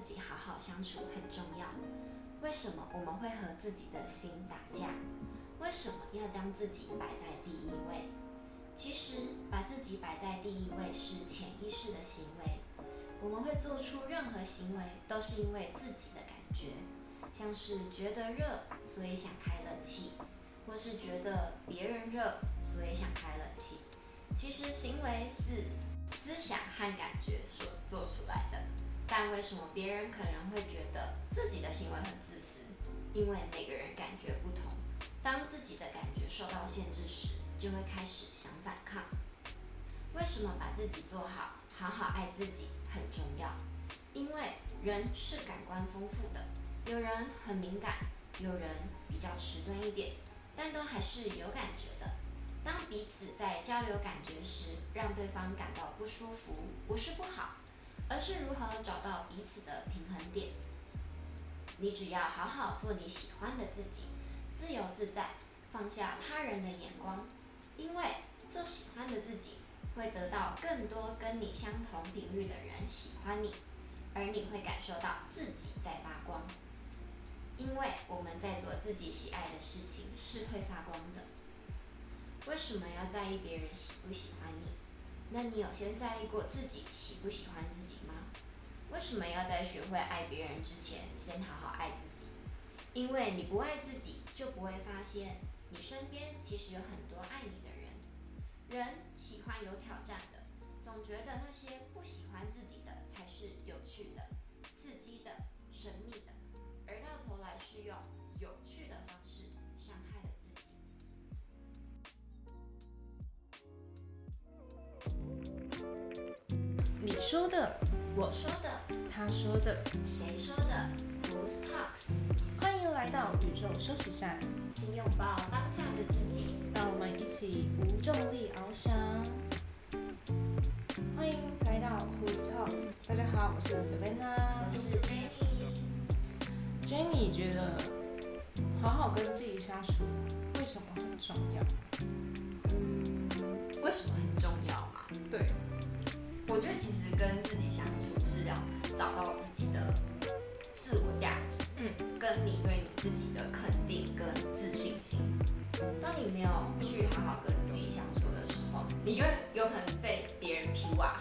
己好好相处很重要。为什么我们会和自己的心打架？为什么要将自己摆在第一位？其实把自己摆在第一位是潜意识的行为。我们会做出任何行为都是因为自己的感觉，像是觉得热所以想开冷气，或是觉得别人热所以想开冷气。其实行为是思想和感觉所做出来的，但为什么别人可能会觉得自己的行为很自私？因为每个人感觉不同，当自己的感觉受到限制时，就会开始想反抗。为什么把自己做好，好好爱自己很重要？因为人是感官丰富的，有人很敏感，有人比较迟钝一点，但都还是有感觉的。当彼此在交流感觉时，让对方感到不舒服，不是不好，而是如何找到彼此的平衡点。你只要好好做你喜欢的自己，自由自在，放下他人的眼光，因为做喜欢的自己，会得到更多跟你相同频率的人喜欢你，而你会感受到自己在发光。因为我们在做自己喜爱的事情是会发光的。为什么要在意别人喜不喜欢你？那你有先在意过自己喜不喜欢自己吗？为什么要在学会爱别人之前先好好爱自己？因为你不爱自己，就不会发现你身边其实有很多爱你的人。人喜欢有挑战的，总觉得那些不喜欢自己的才是有趣的、刺激的、神秘的，而到头来是用有趣的方式伤害了自己。 你说的， 我说的， 他说的， 谁说的 ？Who's Talks？ 欢迎来到宇宙休息站， 请拥抱当下的自己， 让我们一起无重力翱翔。欢迎来到 Who's Talks， 大家好，我是 Savannah， 我是 Jenny。Jenny 觉得好好跟自己相处为什么很重要？ 为什么很重要嘛？ 对， 我觉得其实跟自己相处是要找到自己的自我价值，跟你对你自己的肯定跟自信心。当你没有去好好跟自己相处的时候，你就会有可能被别人 PUA。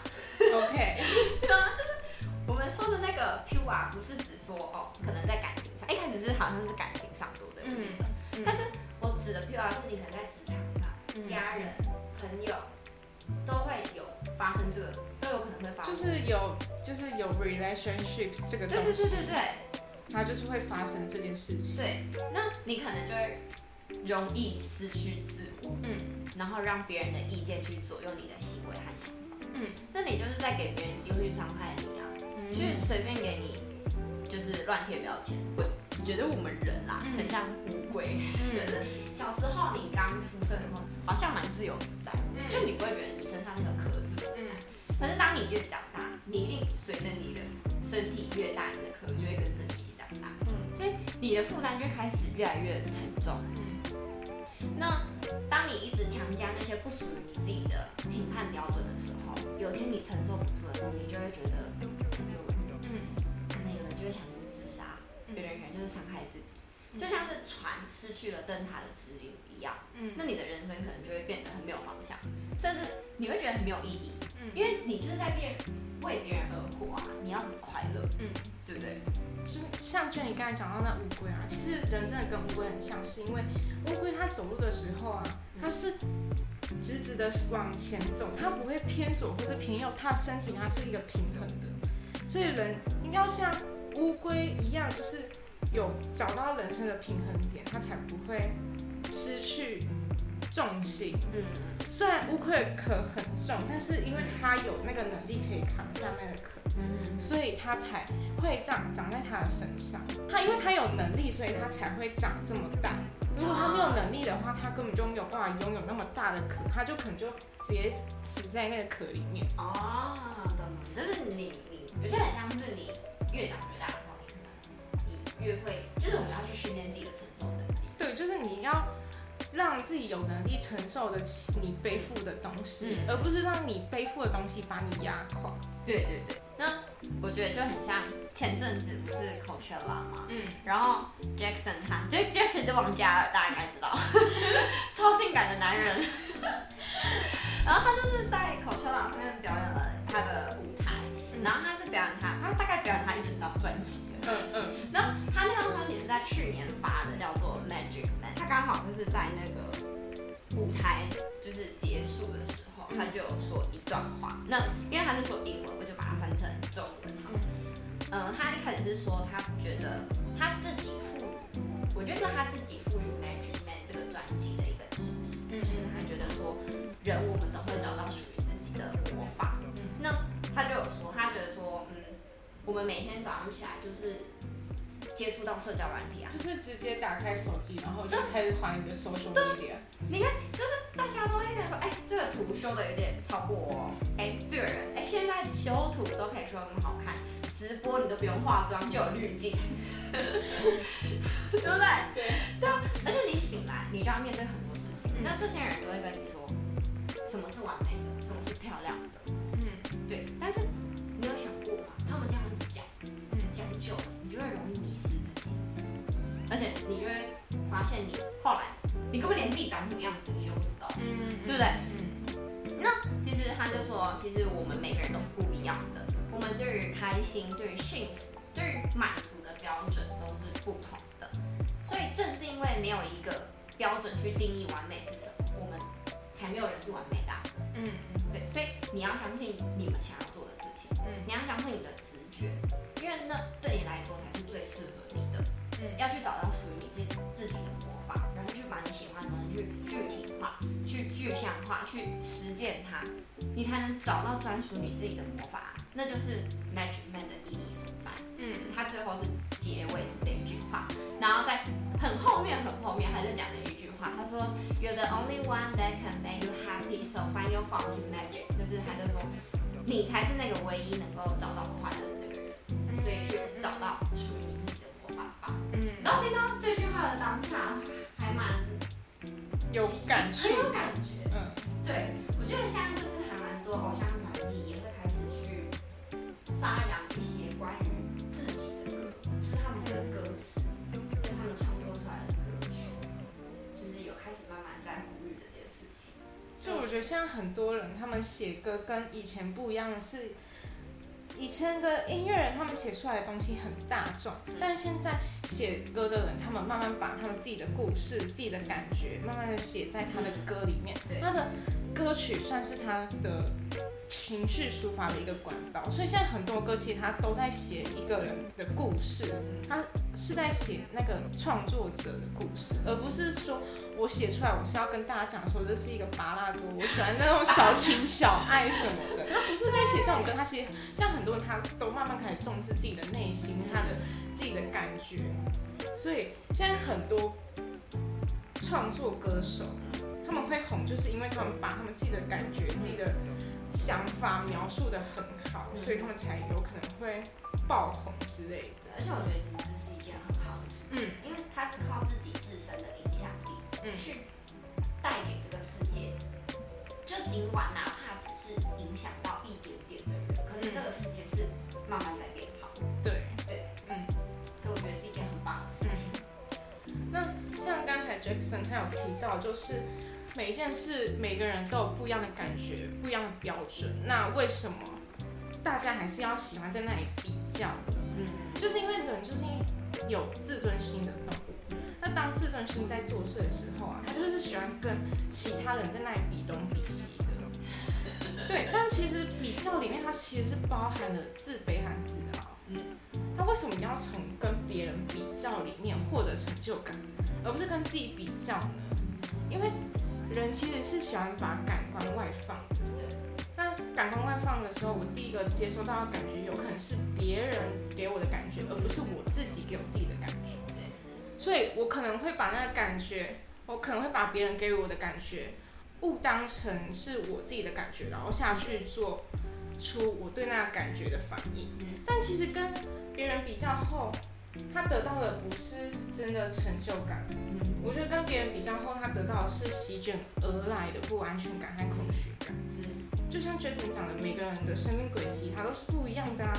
OK， 对啊，就是我们说的那个 PUA， 不是指说可能在感情上，一开始是好像是感情上，对不对？我记得。但是我指的 PUA 是你可能在职场上、家人、朋友都会有发生这个，都有可能会发生。 就是有 relationship 这个东西， 对， 它就是会发生这件事情。 对，那你可能就会容易失去自我，然后让别人的意见去左右你的行为和想法，那你就是在给别人机会去伤害你啊，去随便给你就是乱贴标签。我觉得我们人啊，很像乌龟，就是小时候你刚出生的时候，好像蛮自由自在，就你不会觉得你身上那个壳是负担，可是当你越长大，你一定随着你的身体越大，你的壳就会跟着你一起长大，所以你的负担就开始越来越沉重。那当你一直强加那些不属于你自己的评判标准的时候，有天你承受不住的时候，你就会觉得很丢人，可能有人就会想去自杀，有的人就是伤害自己，就像是船失去了灯塔的指引一样，那你的人生可能就会变得很没有方向，甚至你会觉得很没有意义，因为你就是在为别人而活啊，你要怎么快乐，对不对？ 就是像Jenny刚才讲到那乌龟啊，其实人真的跟乌龟很像，是因为乌龟它走路的时候啊，它是直直的往前走，它不会偏左或者偏右，它的身体它是一个平衡的，所以人应该要像乌龟一样，就是有找到人生的平衡点，它才不会失去重心。虽然乌龟的壳很重，但是因为它有那个能力可以扛下那个壳，所以它才会长在它的身上。因为它有能力，所以它才会长这么大。如果它没有能力的话，它根本就没有办法拥有那么大的壳，它就可能就直接死在那个壳里面。 懂，就是你，我觉得很像是你越长越大的时候，你越会，就是我们要去训练自己的承受能力。 对，就是你要让自己有能力承受得起你背负的东西，而不是让你背负的东西把你压垮。 对。那我觉得就很像前阵子不是 Coachella 嘛，然后 Jackson 就王嘉尔，大家应该知道，超性感的男人，然后他就是在 Coachella 上面表演了他的舞台，然后他是表演他大概表演他一整张专辑了，然后他那张专辑是在去年发的，叫做 Magic Man， 他刚好就是在那个舞台就是结束的时候，他就有说一段话，那因为他是说英文，我就把它翻成中文好。他一开始是说他觉得他自己赋予，我觉得是他自己赋予 Magic Man 这个专辑的一个意义，就是他觉得说人我们总会找到属于自己的魔法。那他就有说，他觉得说，我们每天早上起来就是接触到社交软体啊， 就是直接打开手机，然后就开始滑你的 social media。 你看，就是大家都会跟你说，这个图修的有点超过哦，这个人，现在修图都可以修得很好看，直播你都不用化妆就有滤镜，对不对？对啊，而且你醒来，你就要面对很多事情，那这些人就会跟你说，什么是完美的，什么是漂亮的，对。但是你有想过吗？他们这样子讲久了，你就会容易迷失自己，而且你就会发现你后来。你根本连自己长什么样子你都不知道，对不对？那其实他就说，其实我们每个人都是不一样的，我们对于开心、对于幸福、对于满足的标准都是不同的。所以正是因为没有一个标准去定义完美是什么，我们才没有人是完美的。对，所以你要相信你们想要做的事情，你要相信你的直觉，因为那对你来说才是最适合你的。要去找到属于你自己的魔法，然后去把你喜欢的东西去具体化、去具象化、去实践它，你才能找到专属你自己的魔法。那就是 Magic Man 的意义所在。他最后是结尾是这一句话，然后在很后面他就讲了一句话，他说 You're the only one that can make you happy, so find your fucking magic。就是他就说你才是那个唯一能够找到快乐的那个人，所以去找到属于你自己的魔法吧。然后听到这句话的当下，还蛮有感触， 很有感觉。对，我觉得现在就是还蛮多偶像团体也会开始去发扬一些关于自己的歌，就是他们的歌词，就他们创作出来的歌曲，就是有开始慢慢在呼吁这件事情。 就我觉得现在很多人他们写歌跟以前不一样的是。以前的音乐人他们写出来的东西很大众，但现在写歌的人他们慢慢把他们自己的故事、自己的感觉，慢慢的写在他的歌里面。他的歌曲算是他的情绪抒发的一个管道，所以现在很多歌其实他都在写一个人的故事，他是在写那个创作者的故事，而不是说我写出来我是要跟大家讲说这是一个芭乐歌，我喜欢那种小情小爱什么的。他不是在写这种歌，他其实像很多人他都慢慢开始重视自己的内心，他的自己的感觉。所以现在很多创作歌手他们会红，就是因为他们把他们自己的感觉、自己的想法描述得很好，所以他们才有可能会爆红之类的。 而且我觉得其实这是一件很好的事情，因为他是靠自己自身的影响力，去带给这个世界。就尽管哪怕只是影响到一点点的人，可是这个世界是慢慢在变好。 对， 所以我觉得是一件很棒的事情。 那像刚才 Jackson 他有提到，就是每一件事每个人都有不一样的感觉，不一样的标准。那为什么大家还是要喜欢在那里比较呢？就是因为人就是有自尊心的动物。那当自尊心在作祟的时候啊，他就是喜欢跟其他人在那里比东比西的。对，但其实比较里面它其实是包含了自卑和自豪。那为什么你要从跟别人比较里面获得成就感，而不是跟自己比较呢？因为人其实是喜欢把感官外放的。那感官外放的时候，我第一个接收到的感觉有可能是别人给我的感觉，而不是我自己给我自己的感觉。所以我可能会把那个感觉，我可能会把别人给我的感觉误当成是我自己的感觉，然后下去做出我对那个感觉的反应。但其实跟别人比较后，他得到的不是真的成就感。我觉得跟别人比较后，他得到的是席卷而来的不安全感和空虚感。就像 Jason 讲的，每个人的生命轨迹它都是不一样的啊。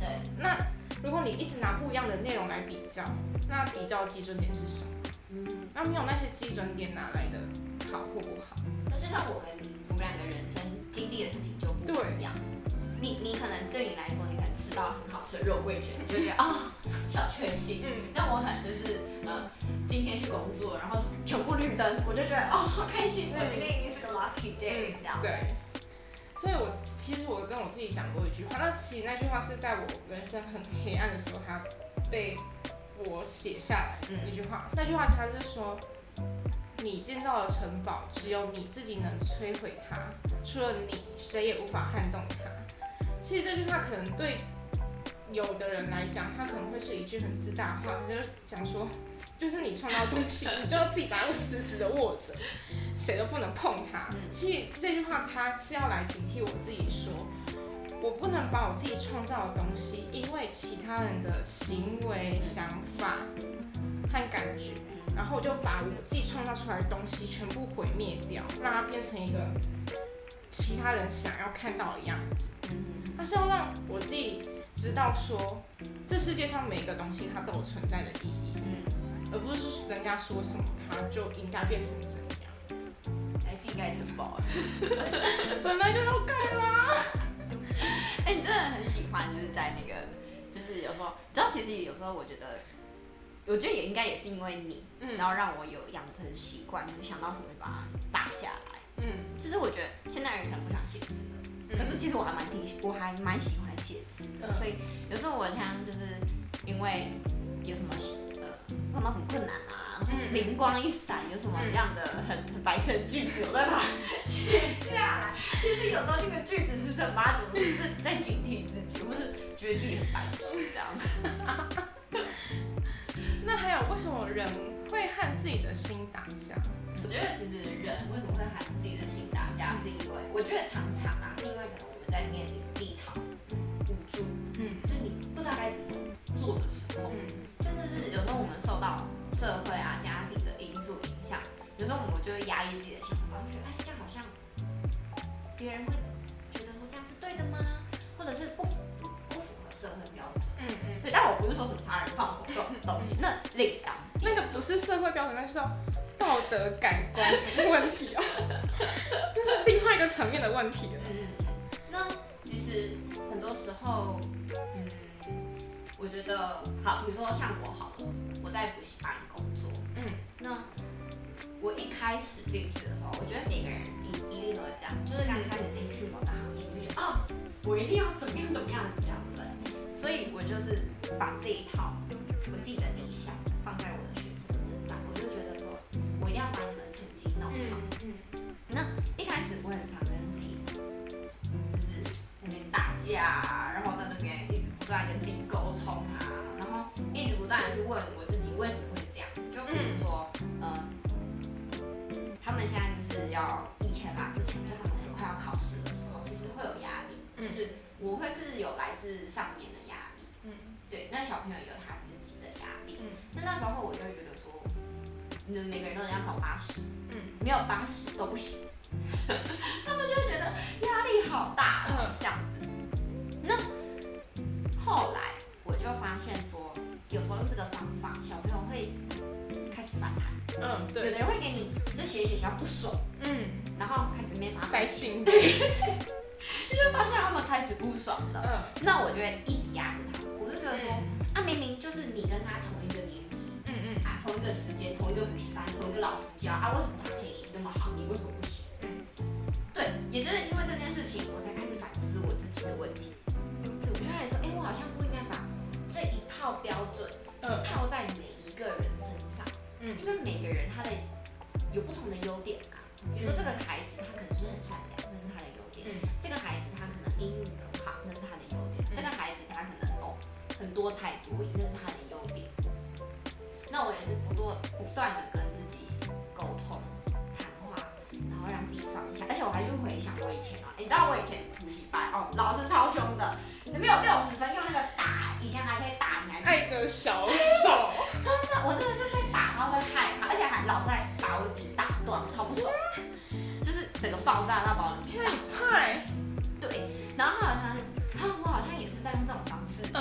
对。 那如果你一直拿不一样的内容来比较，那比较基准点是什么？那没有那些基准点哪来的好或不好？ 那就像我跟你，我们两个人生经历的事情就不一样。你可能对你来说，你可能吃到很好吃的肉桂卷，你就会觉得小确幸。那我可能就是今天去工作，然后全部绿灯，我就觉得好开心，我今天一定是个 lucky day 这样。 对。所以其实我跟我自己讲过一句话，那其实那句话是在我人生很黑暗的时候，它被我写下来的一句话。那句话它是说，你建造的城堡只有你自己能摧毁它，除了你，谁也无法撼动它。其实这句话可能对有的人来讲，他可能会是一句很自大的话，就是讲说，就是你创造东西，你就要自己把它死死的握着，谁都不能碰它。其实这句话它是要来警惕我自己说，我不能把我自己创造的东西，因为其他人的行为、想法和感觉，然后我就把我自己创造出来的东西全部毁灭掉，让它变成一个其他人想要看到的样子。它是要让我自己知道说，这世界上每一个东西它都有存在的意义，而不是人家说什么它就应该变成怎样。 来自己盖城堡， 本来就要盖啦。 你真的很喜欢，就是在那个，就是有时候，你知道，其实有时候我觉得也应该也是因为你，然后让我有养成习惯，就是想到什么就把它打下来。就是我觉得现代人可能不想写字了，可是其实我还蛮喜欢写字的，所以有时候我像就是因为有什么碰到什么困难啊，灵光一闪，有什么样的很白痴的句子，我再把它写下来。其实有时候这个句子是正八九，是在警惕自己，或是觉得自己很白痴这样。 那还有为什么人会和自己的心打架？ 我觉得其实人为什么会和自己的心打架，是因为我觉得常常是因为可能我们在面临低潮、无助，就是你不知道该怎么做的时候，甚至是有时候我们受到社会啊、家庭的因素影响，有时候我们就会压抑自己的想法，觉得这样好像别人会觉得说这样是对的吗？或者是不符合社会标准。对，但我不是说什么杀人放火这种东西，那另当。 那个不是社会标准，那是道德感官的问题哦，那是另外一个层面的问题了。 那其实很多时候，我觉得好，比如说像我好了，我在补习班工作，那我一开始进去的时候，我觉得每个人一定都会这样，就是刚开始进去某个行业，你就觉得我一定要怎么样，对不对？所以我就是把这一套我自己的理想放在我的学生身上，我就觉得说，我一定要把你们成绩弄好。那一开始我很常跟自己就是那边打架啊，然后在那边一直不断跟自己沟通啊，然后一直不断的去问我自己为什么会这样。就比如说，他们现在就是要以前啦，之前就他们快要考试的时候，其实会有压力，就是我会是有来自上面的压力，对，那小朋友有他自己的压力，那时候我就会觉得说，每个人都要考80，没有80都不行，他们就会觉得压力好大，这样子。那后来我就发现说，有时候用这个方法，小朋友会开始反弹，对，有的人会给你就写写不爽，然后开始没法塞心， 对，就会发现他们开始不爽了，那我就会一直压着他们，我就觉得说，明明就是你跟他同一个年级，同一个时间，同一个补习班，同一个老师教，为什么他可以那么好，你为什么不行？对，也就是因为这件事情，我才开始反思我自己的问题。对，我就开始说，我好像不应该把这一套标准套在每一个人身上，因为每个人他的有不同的优点啊。比如说这个孩子他可能就是很善良，那是他的优点；这个孩子他可能英语很好，那是他的优点；这个孩子他可能很多才多艺，那是他的优点。那我也是不断的跟自己沟通、谈话，然后让自己放下。而且我还去回想我以前你知道我以前补习班老师超凶的，你没有60分用那个打，以前还可以打，你还爱的小手， 真的，我真的是被打他会害怕，而且老师还把我的笔打断，超不爽，就是整个爆炸到把我的笔打断。对，然后好像我好像也是在用这种方式，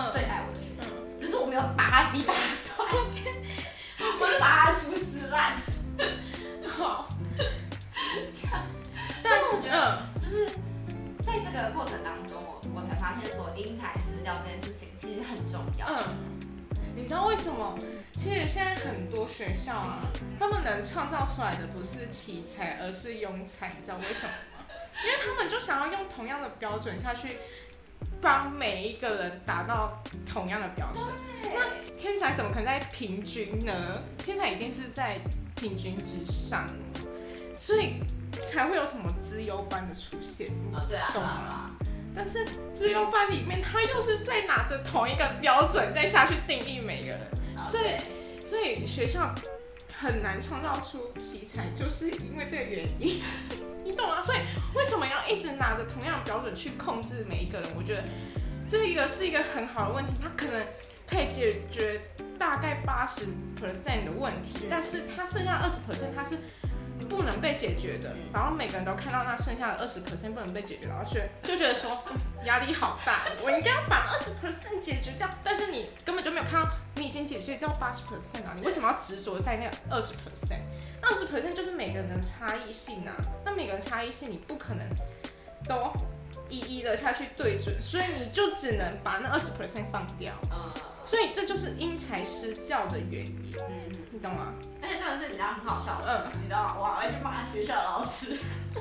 把笔打断，或者把他书撕烂。 好， 这样，但我觉得就是在这个过程当中，我才发现说因材施教这件事情其实很重要。 你知道为什么？其实现在很多学校啊，他们能创造出来的不是奇才，而是庸才。你知道为什么吗？因为他们就想要用同样的标准下去帮每一个人达到同样的标准。那天才怎么可能在平均呢？天才一定是在平均之上，所以才会有什么资优班的出现。 对啊， 懂吗？但是资优班里面，他又是在拿着同一个标准再下去定义每个人，所以学校很难创造出奇才，就是因为这个原因，你懂吗？所以为什么要一直拿着同样的标准去控制每一个人？我觉得这个是一个很好的问题，它可能可以解决大概80% 的问题，但是它剩下的20%它是不能被解决的，然后每个人都看到那剩下的20% 不能被解决，然后就觉得说压力好大，我应该要把20% 解决掉，但是你根本就没有看到你已经解决掉80% 啊，你为什么要执着在那个20%？那20% 就是每个人的差异性啊，那每个人差异性你不可能都一一的下去对准，所以你就只能把那20% 放掉。所以这就是因材施教的原因，你懂吗？ 而且真的是你知道很好笑的，你知道吗？我还会去骂学校的老师，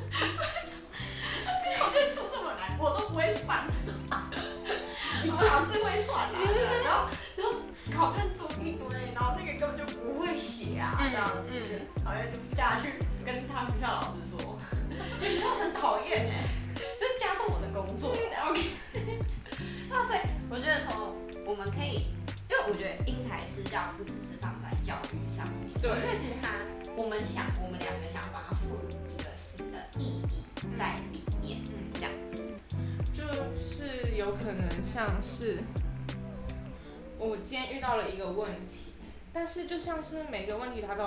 考卷出这么难，我都不会算。你最好是会算啦，然后考卷出一堆，然后那个根本就不会写啊，这样子，好像就叫他去跟他学校老师说，因为学校很讨厌哎，就是加重我的工作，OK。那所以我觉得从我们可以，因为我觉得因材施教不只是放在教育上面，我觉得其实我们两个想把它赋予一个新的意义在里面，这样子， 就是有可能像是我今天遇到了一个问题，但是就像是每个问题它都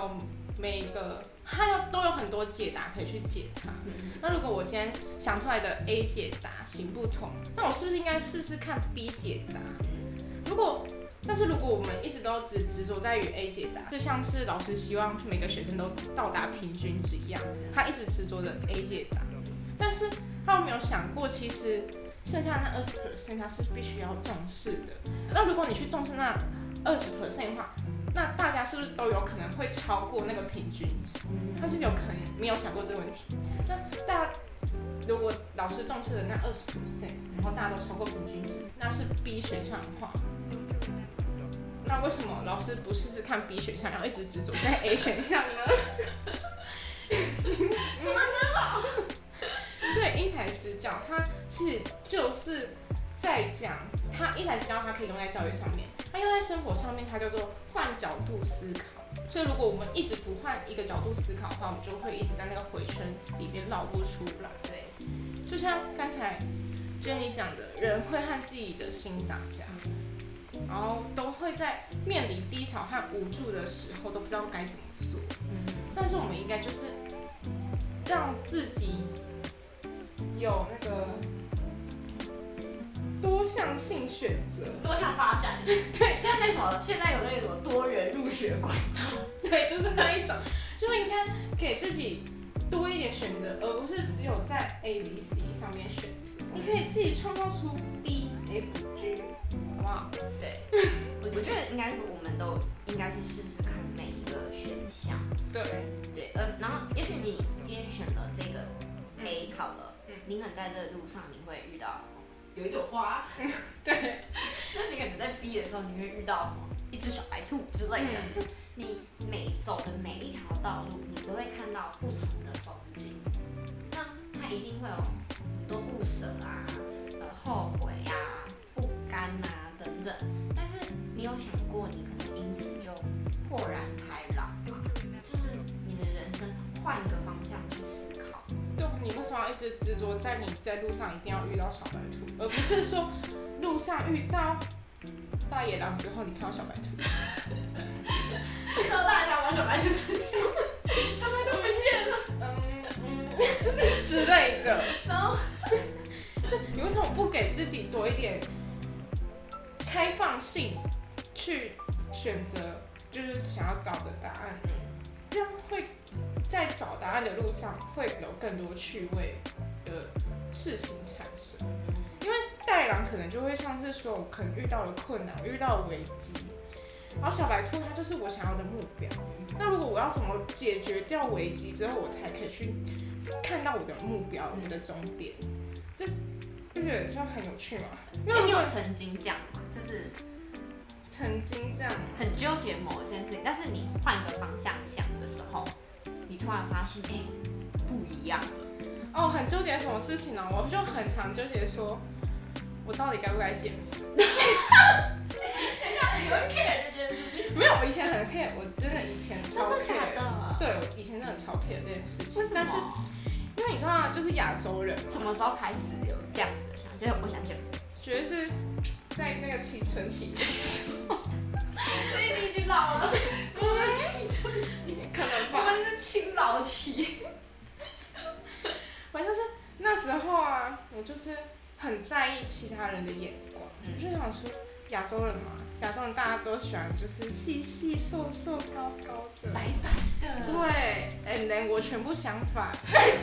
有很多解答可以去解它。那如果我今天想出来的 A 解答行不通，那我是不是应该试试看 B 解答？但是如果我们一直都只执着在于 A 解答，就像是老师希望每个学生都到达平均值一样，他一直执着着 A 解答，但是他有没有想过，其实剩下的那20% 他是必须要重视的。那如果你去重视那20% 的话，那大家是不是都有可能会超过那个平均值？但是有可能没有想过这个问题。那大家如果老师重视的那20%，然后大家都超过平均值，那是 B 选项的话，那为什么老师不试试看 B 选项，然后一直执着在 A 选项呢？ 怎么真好？ 所以因材施教，它其实就是在讲，它因材施教，它可以用在教育上面，它用在生活上面，它叫做换角度思考。所以如果我们一直不换一个角度思考的话，我们就会一直在那个回圈里面绕不出来。对，就像刚才Jenny讲的，人会和自己的心打架，然后都会在面临低潮和无助的时候都不知道该怎么做。但是我们应该就是让自己有那个多项性选择， 多项发展。对，像那种现在有那种多元入学管道， 对，就是那一种，就应该给自己多一点选择，而不是只有在 A、B、C 上面选择。你可以自己创造出 D、F、G， 好不好？ 对，我觉得应该是我们都应该去试试看每一个选项。对，然后也许你今天选了这个 A 好了，你可能在这个路上你会遇到有一朵花，对，那你可能在 B 的时候你会遇到什么一只小白兔之类的，就是你走的每一条道路，你都会看到不同的风景，那它一定会有很多不舍啊、后悔啊、不甘啊等等，但是你有想过你可能因此就豁然开朗吗？就是你的人生换一个方向去思考。 对，你为什么要一直执着在你在路上一定要遇到小白兔，而不是说路上遇到大野狼之后你看到小白兔， 看到大野狼把小白兔吃掉，小白兔不见了， 之类的。 然后， 你为什么不给自己多一点开放性，去选择就是想要找的答案，这样会在找答案的路上会有更多趣味的事情产生。因为带狼可能就会像是说，我可能遇到了困难，遇到了危机，然后小白兔它就是我想要的目标。那如果我要怎么解决掉危机之后，我才可以去看到我的目标，我的终点，这不觉得就很有趣吗？ 你有曾经这样吗？就是曾经这样很纠结某一件事情，但是你换个方向想的时候，你突然发现，不一样了。 哦，很纠结什么事情呢？我就很常纠结说，我到底该不该减肥？ 等一下，你会 care 这件事情？ 没有，我以前很 care， 我真的以前超 care。 真的假的？ 对，我以前真的超 care 这件事情。 为什么？ 但是因为你知道，就是亚洲人， 什么时候开始有这样子的想法？就是我想减肥， 觉得是在那个青春期的时候。 所以你已经老了，不是青春期， 可能吧。 我们是青老期。 反正就是那时候啊，我就是很在意其他人的眼光，我就想说亚洲人嘛，亚洲人大家都喜欢就是细细瘦瘦高高的， 白白的。 对 ，and then 我全部相反。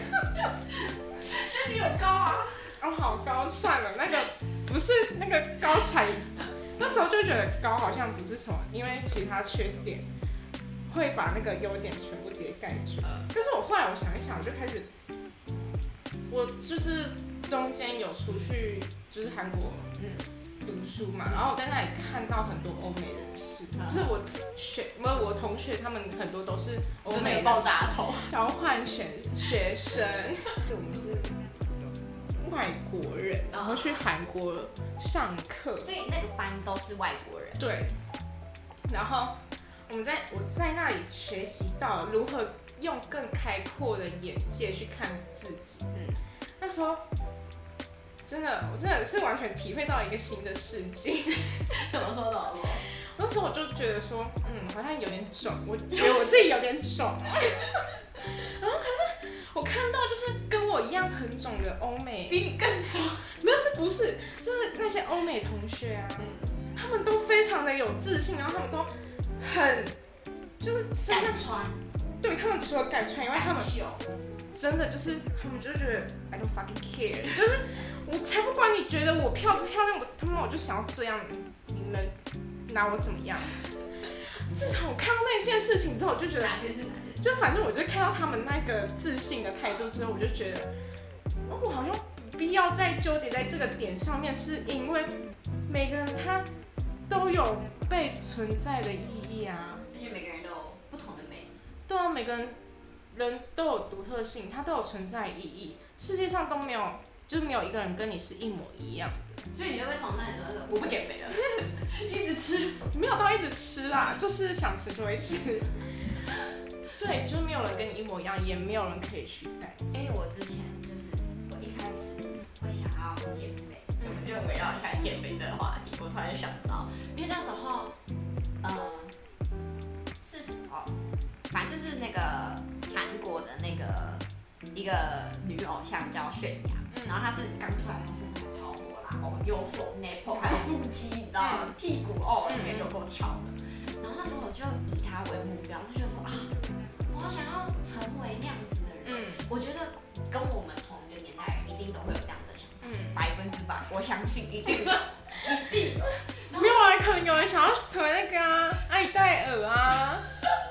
那你很高啊？ 哦，好高，算了，那个不是那个高才，那时候就觉得高好像不是什么，因为其他缺点会把那个优点全部直接盖住。但是我后来我想一想，我就开始。我就是中间有出去就是韩国读书嘛，然后我在那里看到很多欧美人士，就是我同学他们很多都是欧美爆炸头交换学生，我们是外国人，然后去韩国上课， 所以那个班都是外国人。 对，然后我在那里学习到如何用更开阔的眼界去看自己。那时候我真的是完全体会到一个新的世界。 怎么说？ 那时候我就觉得说，好像有点肿，我觉得我自己有点肿。然后可是我看到就是跟我一样很肿的欧美， 比你更肿。 没有，不是，就是那些欧美同学啊，他们都非常的有自信，然后他们都很就是真的敢穿。 对，他们除了敢穿以外，他们真的就是他们就觉得 I don't fucking care， 就是我才不管你觉得我漂不漂亮，我就想要这样，你能拿我怎么样？自从我看到那件事情之后，我就觉得，就反正我就看到他们那个自信的态度之后，我就觉得，我好像不必要再纠结在这个点上面，是因为每个人他都有被存在的意义啊， 而且每个人都有不同的美。 对啊，每个人都有独特性，它都有存在意义。世界上都没有，就是没有一个人跟你是一模一样的。 所以你就会从那里说，我不减肥了，一直吃， 没有到一直吃啦，就是想吃就会吃。对，就没有人跟你一模一样，也没有人可以取代。 我之前就是我一开始会想要减肥，我们就围绕一下减肥这个话题，我突然想到，因为那时候是什么时候？反正就是那个韩国的那个一个女偶像叫泫雅，然后她是刚出来，她身材超火辣哦，有手 nipple 还有腹肌，你知道吗？屁股里面有够翘的。然后那时候我就以她为目标，就觉得说我好想要成为那样子的人。我觉得跟我们同一个年代人一定都会有这样子的想法，100%，我相信一定的，一定的。 没有啊，可能有人想要成为那个爱戴尔啊。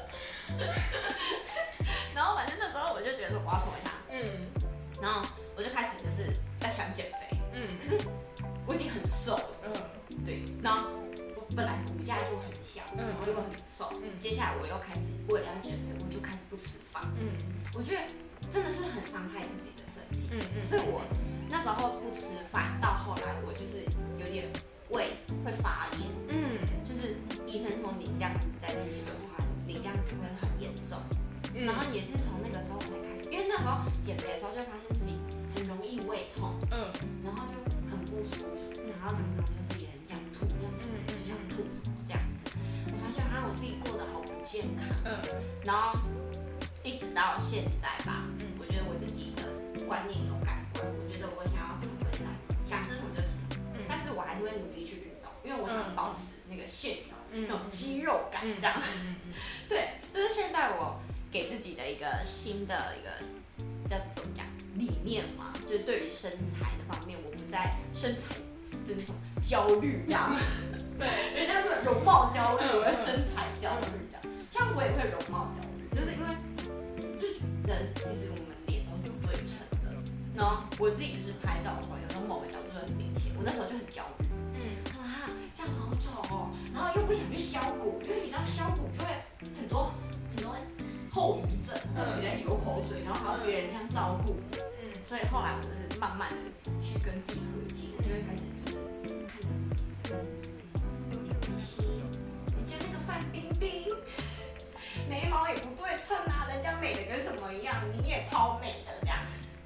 然后反正那时候我就觉得说我要成为他，然后我就开始就是要想减肥，可是我已经很瘦了，对，然后我本来骨架就很小，然后又很瘦，接下来我又开始为了要减肥，我就开始不吃饭，我觉得真的是很伤害自己的身体，所以我那时候不吃饭，到后来我就是有点胃会发炎，就是医生说你这样子再继续的话，你这样子会很严重。然后也是从那个时候才开始，因为那时候减肥的时候就发现自己很容易胃痛，然后就很不舒服，然后常常就是也很想吐，要吃什么就想吐什么这样子。我发现我自己过得好不健康，然后一直到现在吧，我觉得我自己的观念有改观，我觉得我想要成为那想吃什么就吃什么，但是我还是会努力去运动，因为我想保持那个线条。 那种肌肉感这样。对，这是现在我给自己的一个新的一个叫怎么讲理念嘛，就是对于身材的方面，我不再身材就是什么焦虑这样。对，人家说容貌焦虑，我的身材焦虑这样。像我也会容貌焦虑，就是因为就是人其实我们脸都是不对称的，然后我自己就是拍照的时候，有时候某个角度就很明显，我那时候就很焦虑。这样好丑哦，然后又不想去削骨，因为你知道削骨就会很多后遗症，或者你在流口水，然后还要别人这样照顾你。所以后来我就是慢慢的去跟自己和解，我就会开始看着自己，这些人家那个范冰冰眉毛也不对称啊，人家美的跟什么一样，你也超美的这样。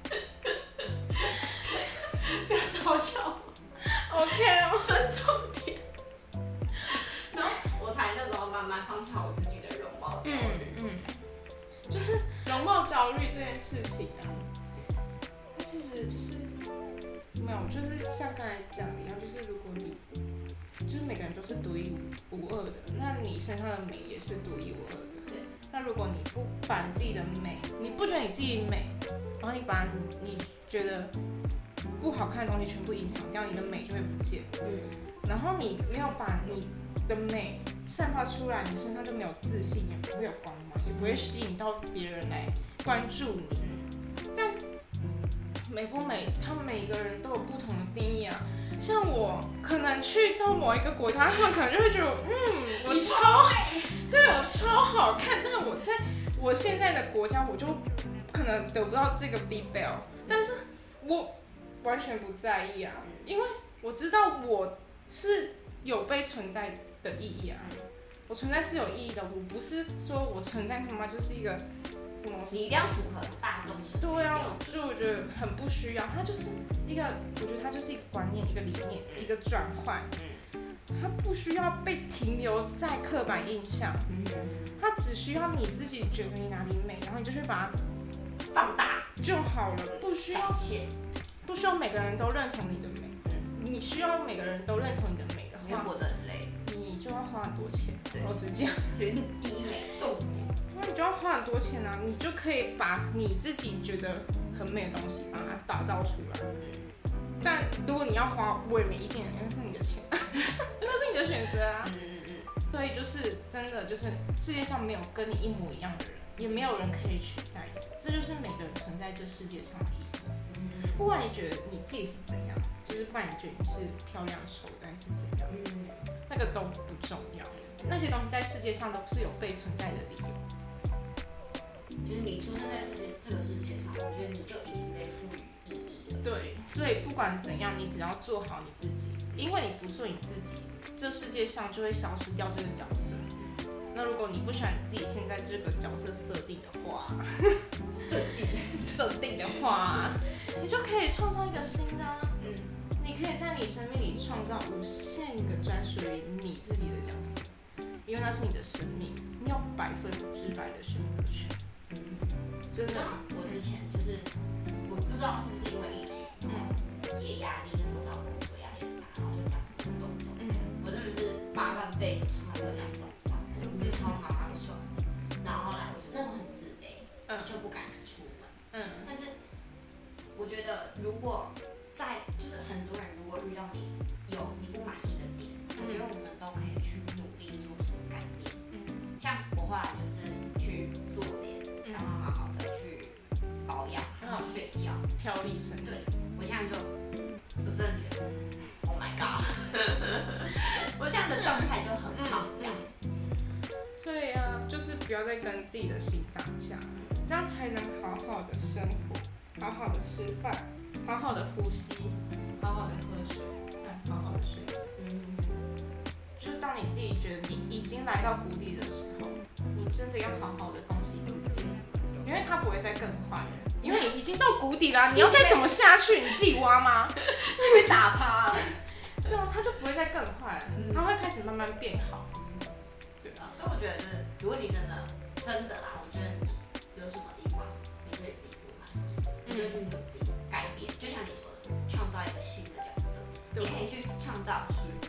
不要嘲笑我 ，OK， 尊重点。然后我才那时候慢慢放下我自己的容貌焦虑。 就是容貌焦虑这件事情啊，它其实就是没有，就是像刚才讲的一样，就是如果你就是每个人都是独一无二的，那你身上的美也是独一无二的。 对。 那如果你不把你自己的美，你不觉得你自己美，然后你把你觉得不好看的东西全部隐藏掉，你的美就会不见。然后你没有把你的美散发出来，你身上就没有自信，也不会有光芒，也不会吸引到别人来关注你。但美不美，他们每一个人都有不同的定义啊。像我可能去到某一个国家，他们可能就会觉得，我超美，对我超好看。但是我在我现在的国家，我就可能得不到这个 feedback， 但是我完全不在意啊，因为我知道我是有被存在的意义啊，我存在是有意义的，我不是说我存在他妈就是一个什么， 你一定要符合大众审美。 对啊，就是我觉得很不需要，它就是一个，我觉得它就是一个观念，一个理念，一个转换，它不需要被停留在刻板印象，它只需要你自己觉得你哪里美，然后你就去把它放大就好了，不需要每个人都认同你的美，你需要每个人都认同你的美的话， 活得很累， 你就要花很多钱。老实讲， 医美动那你就要花很多钱啊，你就可以把你自己觉得很美的东西把它打造出来。但如果你要花我也没意见，那是你的钱，那是你的选择啊。所以就是真的就是世界上没有跟你一模一样的人，也没有人可以取代你，这就是每个人存在这世界上的意义。不管你觉得你自己是怎样，就是不管你觉得你是漂亮丑的还是怎样，那个都不重要。那些东西在世界上都是有被存在的理由。 就是你出生在这个世界上，我觉得你就已经被赋予意义了。 对，所以不管怎样，你只要做好你自己，因为你不做你自己，这世界上就会消失掉这个角色。那如果你不喜欢你自己现在这个角色设定的话，设定的话，你就可以创造一个新的。你可以在你生命里创造无限个专属于你自己的角色，因为那是你的生命，你有100%的选择权。 真的，我之前就是我不知道是不是因为疫情，也压力，那时候找工作压力很大，然后就长很多痘痘。我真的是8万倍的从来没有这样长，我超他妈爽的。然后后来我就那时候很自卑，就不敢出门。但是我觉得如果就是很多人如果遇到你不满意的点，我觉得我们都可以去努力做出改变。像我后来就是去做脸，然后好好的去保养，然后睡觉， 调理身体。 对，我现在我真的觉得 ，Oh my god， 我现在的状态就很好，这样。 所以啊，就是不要再跟自己的心打架，这样才能好好的生活，好好的吃饭，好好的呼吸，好好的喝水，好好的睡觉。就是当你自己觉得你已经来到谷底的时候，你真的要好好的恭喜自己，因为它不会再更坏了，因为你已经到谷底啦，你要再怎么下去，你自己挖吗？ 被打趴了。 对啊，它就不会再更坏了，它会开始慢慢变好。 对啊，所以我觉得就是，如果你真的啦，我觉得你有什么地方你对自己不满意，你就去努力改变，就像你说的，创造一个新的角色，你可以去创造属于你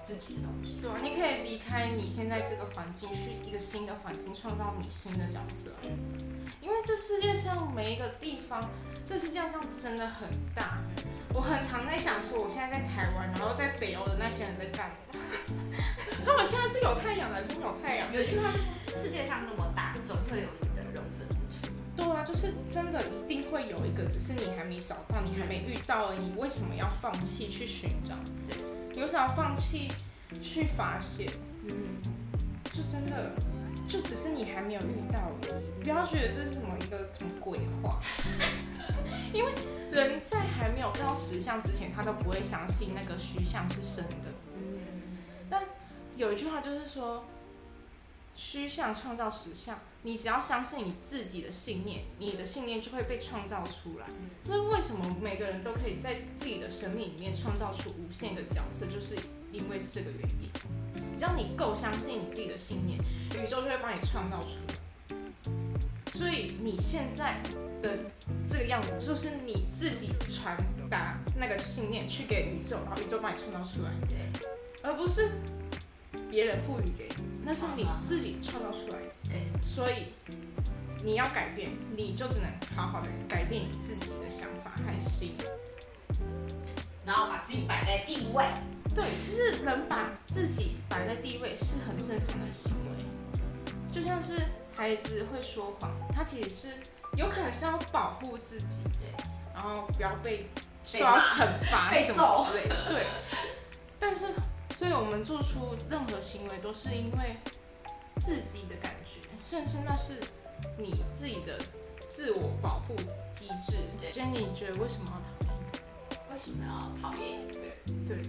自己的东西。 对啊，你可以离开你现在这个环境，去一个新的环境，创造你新的角色。因为这世界上每一个地方，这世界上真的很大。我很常在想说，我现在在台湾，然后在北欧的那些人在干嘛？他们现在是有太阳还是没有太阳？ 有一句话就说，世界上那么大，总会有你的容身之处。 对啊，就是真的一定会有一个，只是你还没找到，你还没遇到而已。你为什么要放弃去寻找？ 对， 你为什么要放弃去发现？就真的，就只是你还没有遇到而已。不要觉得这是什么鬼话，因为人在还没有看到实相之前，他都不会相信那个虚像是真的。但有一句话就是说，虚像创造实相。你只要相信你自己的信念，你的信念就会被创造出来。这是为什么每个人都可以在自己的生命里面创造出无限个角色，就是因为这个原因。只要你够相信你自己的信念，宇宙就会帮你创造出来。所以你现在的这个样子，就是你自己传达那个信念去给宇宙，然后宇宙帮你创造出来，而不是别人赋予给你，那是你自己创造出来的。所以你要改变，你就只能好好的改变你自己的想法和心， 然后把自己摆在第一位。 对，其实人把自己摆在第一位是很正常的行为，就像是孩子会说谎，他其实是有可能是要保护自己，然后不要被受到惩罚什么之类的，对。但是，所以我们做出任何行为都是因为自己的感觉，甚至那是你自己的自我保护机制。Jenny， 你觉得为什么要讨厌一个人？ 为什么要讨厌一个人？ 对，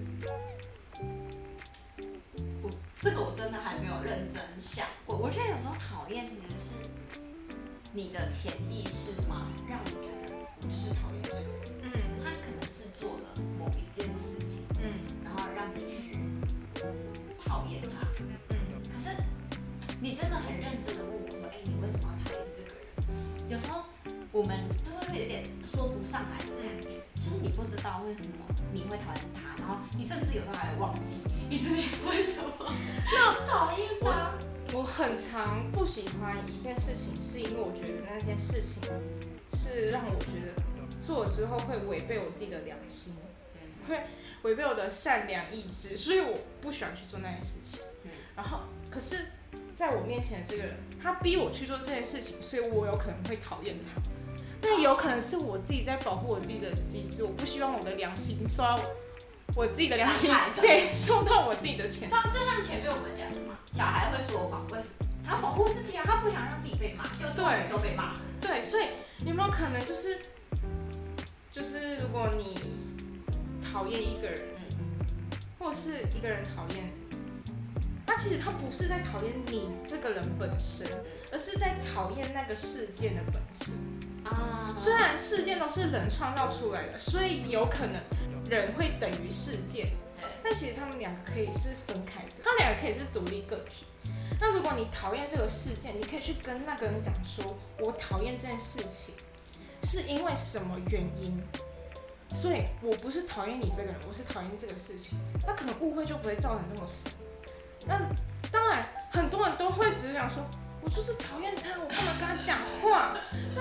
这个我真的还没有认真想过。我觉得有时候讨厌其实是你的潜意识嘛，让你觉得我就是讨厌这个人。他可能是做了某一件事情，然后让你去讨厌他。可是你真的很认真的问我说，你为什么要讨厌这个人？有时候我们都会有点说不上来的感觉，就是你不知道为什么你会讨厌他，然后你甚至有时候还会忘记你自己为什么要讨厌他。 我很常不喜欢一件事情，是因为我觉得那件事情是让我觉得做了之后会违背我自己的良心，会违背我的善良意志，所以我不喜欢去做那件事情。然后，可是在我面前的这个人，他逼我去做这件事情，所以我有可能会讨厌他。但有可能是我自己在保护我自己的机制，我不希望我的良心受到我自己的良心对受到我自己的谴责。 就像前面我们讲的嘛，小孩会说谎，为什么？他保护自己啊，他不想让自己被骂，就做的时候被骂。 对，所以有没有可能就是如果你讨厌一个人，或是一个人讨厌，那其实他不是在讨厌你这个人本身，而是在讨厌那个事件的本身。虽然事件都是人创造出来的，所以有可能人会等于事件，但其实他们两个可以是分开的，他们两个可以是独立个体。那如果你讨厌这个事件，你可以去跟那个人讲说，我讨厌这件事情是因为什么原因，所以我不是讨厌你这个人，我是讨厌这个事情。那可能误会就不会造成这么深。那当然很多人都会只是讲说，我就是讨厌他，我不能跟他讲话。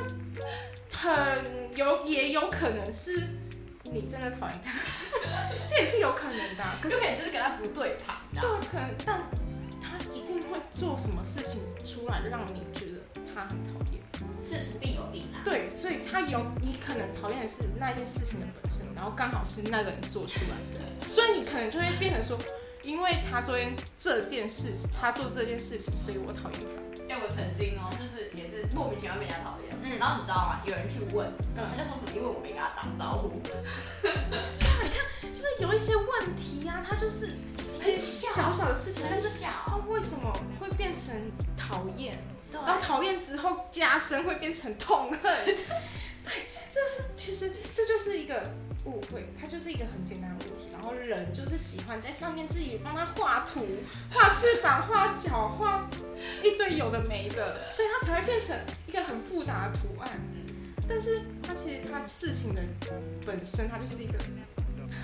那也有可能是你真的讨厌他，这也是有可能的。可是有可能就是跟他不对盘。 对，可能，但他一定会做什么事情出来，让你觉得他很讨厌。 事出必有因啊。 对，所以你可能讨厌的是那件事情的本身，然后刚好是那个人做出来的，所以你可能就会变成说，因为他做这件事情，所以我讨厌他。 我曾经就是也是莫名其妙被人家讨厌，然后你知道吗？有人去问，他就说什么，因为我没跟他打招呼。 你看，就是有一些问题啊，它就是很小的事情，但是它为什么会变成讨厌？然后讨厌之后加深会变成痛恨。对，其实这就是一个误会，它就是一个很简单的问题。然后人就是喜欢在上面自己帮他画图、画翅膀、画脚、画一堆有的没的，所以它才会变成一个很复杂的图案。但是它其实它事情的本身，它就是一个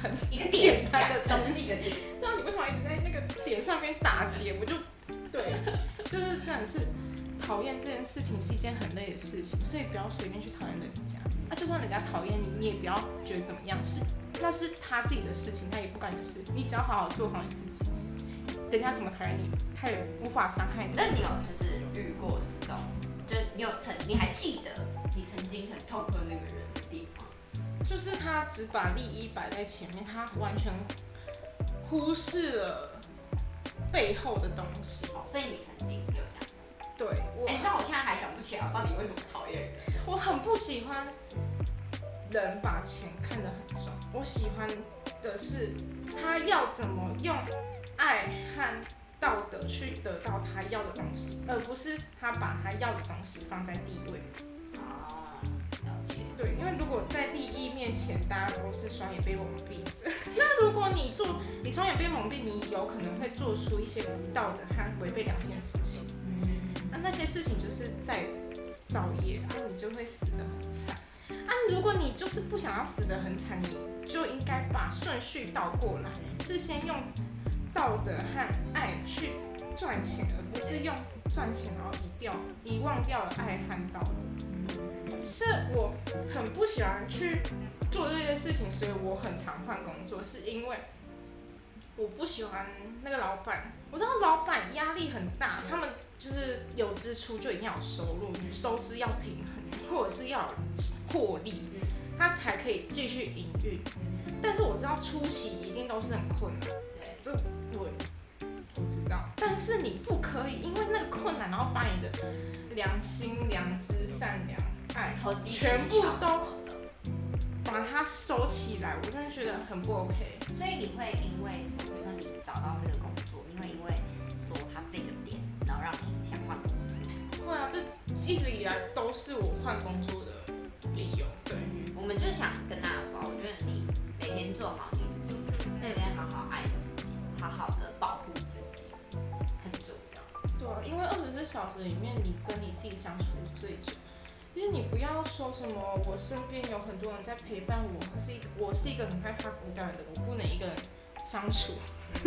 很一个简单的东就是一西， 个点。 不知道你为什么一直在那个点上面打结，我就对，就是真的是讨厌这件事情是一件很累的事情，所以不要随便去讨厌人家。就算人家讨厌你，你也不要觉得怎么样，那是他自己的事情，他也不干你的事，你只要好好做好你自己，人家怎么讨厌你，他也无法伤害你。 那你有就是遇过这种，就你还记得你曾经很痛恨那个人的地方？ 就是他只把利益摆在前面，他完全忽视了背后的东西。 所以你曾经有讲过？ 对， 你知道我现在还想不起来，我到底为什么讨厌人？ 我很不喜欢人把钱看得很重，我喜欢的是他要怎么用爱和道德去得到他要的东西，而不是他把他要的东西放在第一位。 了解。 对，因为如果在利益面前，大家都是双眼被蒙蔽的，那如果你双眼被蒙蔽，你有可能会做出一些不道德和违背良心的事情。那些事情就是在造业你就会死得很惨。如果你就是不想要死得很惨，你就应该把顺序倒过来，是先用道德和爱去赚钱，而不是用赚钱然后遗忘掉了爱和道德。是我很不喜欢去做这些事情，所以我很常换工作，是因为我不喜欢那个老板。我知道老板压力很大，他们就是有支出就一定要有收入，收支要平衡，或者是要有获利，他才可以继续营运。但是我知道初期一定都是很困难，这我知道。但是你不可以因为那个困难，然后把你的良心、良知、善良、爱全部都把它收起来，我真的觉得很不 OK。 所以你会因为说，比如说你找到这个工作，你会因为说他这个点，然后让你想换工作？ 会啊，这一直以来都是我换工作的理由。对， 我们就是想跟大家说，我觉得你每天做好你自己，每天好好爱自己，好好的保护自己，很重要。 对啊，因为24小时里面，你跟你自己相处最久。其实你不要说什么，我身边有很多人在陪伴我，我是一个很害怕孤单的人，我不能一个人相处。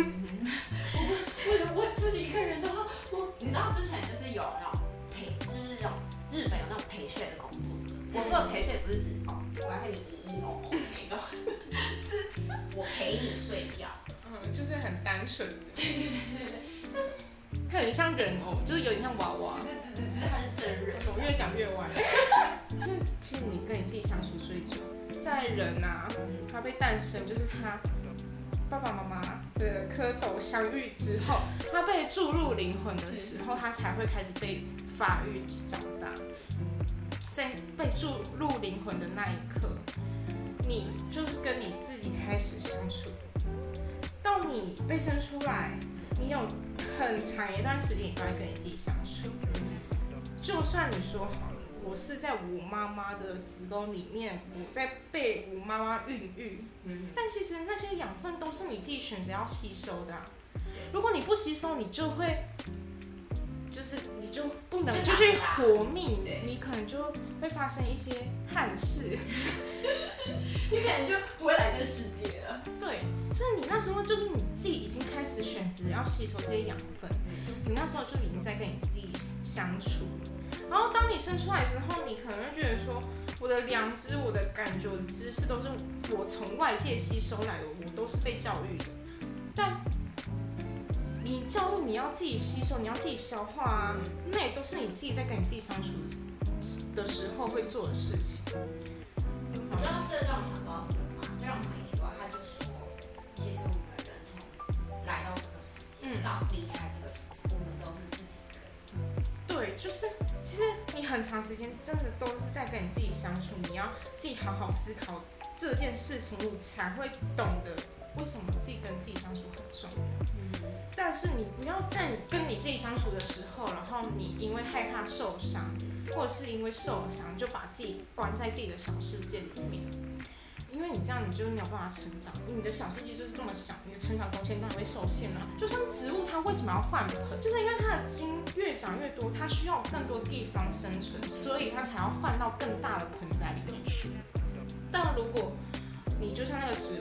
我自己一个人的话，你知道之前就是有那种就是那种日本有那种陪睡的工作。我说的陪睡不是指我要跟你那种，是我陪你睡觉。 就是很单纯的。 对，就是它有点像人偶，就是有点像娃娃。 对，只是它是真人。 我越讲越歪。就是其实你跟你自己相处最久，在人他被诞生，就是他爸爸妈妈的蝌蚪相遇之后，他被注入灵魂的时候，他才会开始被发育长大。在被注入灵魂的那一刻，你就是跟你自己开始相处。到你被生出来，你有很长一段时间你都在跟你自己相处。就算你说好了，我是在我妈妈的子宫里面，我在被我妈妈孕育，但其实那些养分都是你自己选择要吸收的如果你不吸收，你就会，你就不能继续活命，你可能就会发生一些憾事， 你可能就不会来这个世界了。 对，所以你那时候就是你自己已经开始选择要吸收这些养分，你那时候就已经在跟你自己相处。然后当你生出来之后，你可能会觉得说，我的良知、我的感觉、我的知识都是我从外界吸收来的，我都是被教育的。但你教育你要自己吸收，你要自己消化那也都是你自己在跟你自己相处的时候会做的事情。 你知道这让我想到什么吗？这让我想到一句话，他就说，其实我们人从来到这个世界到离开这个世界，我们都是自己一个人。 对，就是其实你很长时间真的都是在跟你自己相处，你要自己好好思考这件事情，你才会懂得为什么自己跟自己相处很重要。但是你不要在你跟你自己相处的时候，然后你因为害怕受伤，或者是因为受伤就把自己关在自己的小世界里面，因为你这样你就没有办法成长，你的小世界就是这么小，你的成长空间当然会受限了。就像植物，它为什么要换盆？就是因为它的茎越长越多，它需要更多地方生存，所以它才要换到更大的盆栽里面去。但如果你就像那个植物，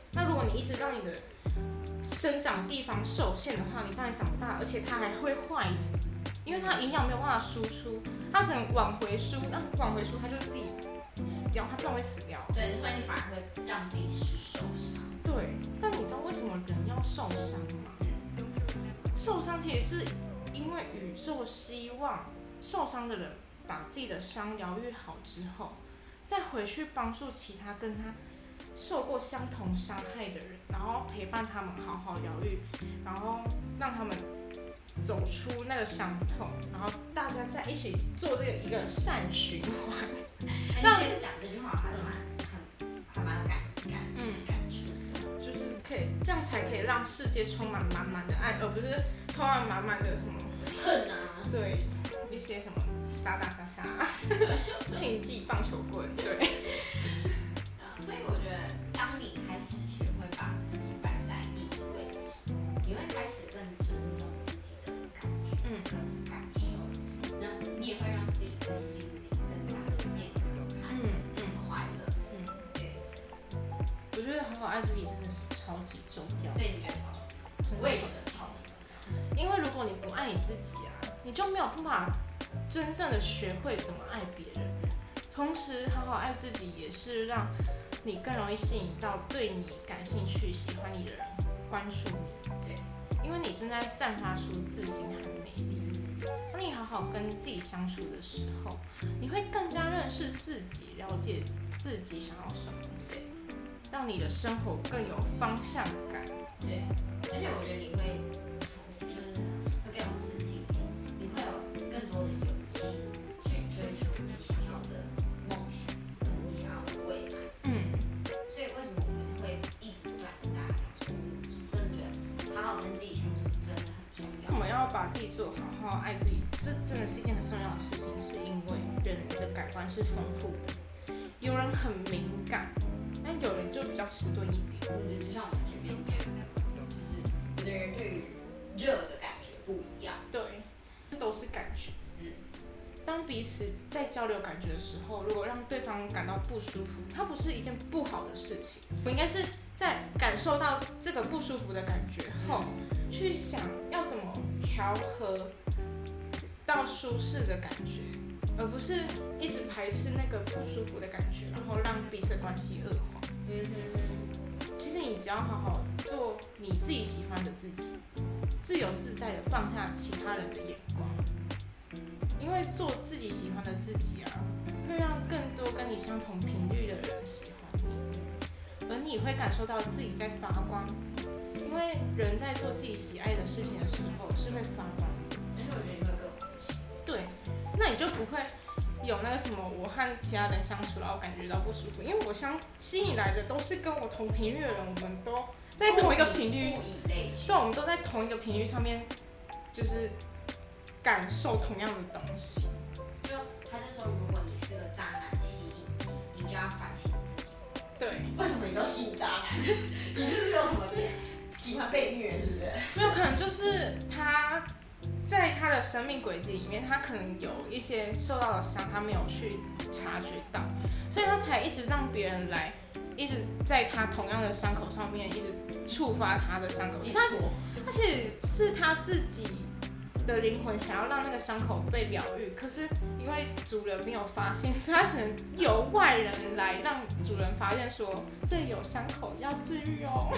那如果你一直让你的生长地方受限的话，你当然长不大，而且它还会坏死，因为它营养没有办法输出，它只能往回输，那往回输它就自己死掉，它真的会死掉。 对，所以你反而会让自己受伤。 对，但你知道为什么人要受伤吗？受伤其实是因为宇宙希望受伤的人把自己的伤疗愈好之后，再回去帮助其他跟他受过相同伤害的人，然后陪伴他们好好疗愈，然后让他们走出那个伤痛，然后大家再一起做这个一个善循环。 你其实讲这句话还蛮有感触， 就是可以这样才可以让世界充满满满的爱，而不是充满满满的什么恨啊， 对，一些什么打打杀杀、竞技棒球棍，对。 所以我觉得，当你开始学会把自己摆在第一位的时候，你会开始更尊重自己的感觉跟感受，那你也会让自己的心灵更加的健康更快乐。对。 我觉得好好爱自己真的是超级重要。 所以你觉得超重要？我也觉得超级重要。 因为如果你不爱你自己啊，你就没有办法真正的学会怎么爱别人。同时，好好爱自己也是让你更容易吸引到对你感兴趣、喜欢你的人关注你。 对， 因为你正在散发出自信和美丽。当你好好跟自己相处的时候，你会更加认识自己，了解自己想要什么。 对， 让你的生活更有方向感。 对，而且我觉得你会就是会更有自信，你会有更多的勇气去追逐你想要的梦想跟你想要的未来。所以为什么我们会一直不断跟大家讲说，真的觉得好好跟自己相处真的很重要。 我们要把自己做好，好好爱自己，这真的是一件很重要的事情，是因为人的感官是丰富的，有人很敏感。但有人就比较迟钝一点， 就像我们前面讲的，就是有的人对于热的感觉不一样。 对，这都是感觉。当彼此在交流感觉的时候，如果让对方感到不舒服，它不是一件不好的事情。我应该是在感受到这个不舒服的感觉后，去想要怎么调和到舒适的感觉。而不是一直排斥那个不舒服的感觉，然后让彼此的关系恶化。其实你只要好好做你自己喜欢的自己，自由自在的放下其他人的眼光，因为做自己喜欢的自己啊，会让更多跟你相同频率的人喜欢你，而你会感受到自己在发光，因为人在做自己喜爱的事情的时候是会发光的。 而且我觉得你会更有自信。 对，那你就不会有那个什么我和其他人相处然后感觉到不舒服，因为我吸引来的都是跟我同频率的人，我们都在同一个频率，对，我们都在同一个频率上面，就是感受同样的东西。 就他就说，如果你是个渣男吸引机，你就要反省自己。 对， 为什么你都吸引渣男？你是不是有什么喜欢被虐，是不是？ 没有，可能就是他在他的生命轨迹里面，他可能有一些受到的伤，他没有去察觉到，所以他才一直让别人来，一直在他同样的伤口上面一直触发他的伤口。他其实是他自己的灵魂想要让那个伤口被疗愈，可是因为主人没有发现，所以他只能由外人来让主人发现说这里有伤口要治愈哦。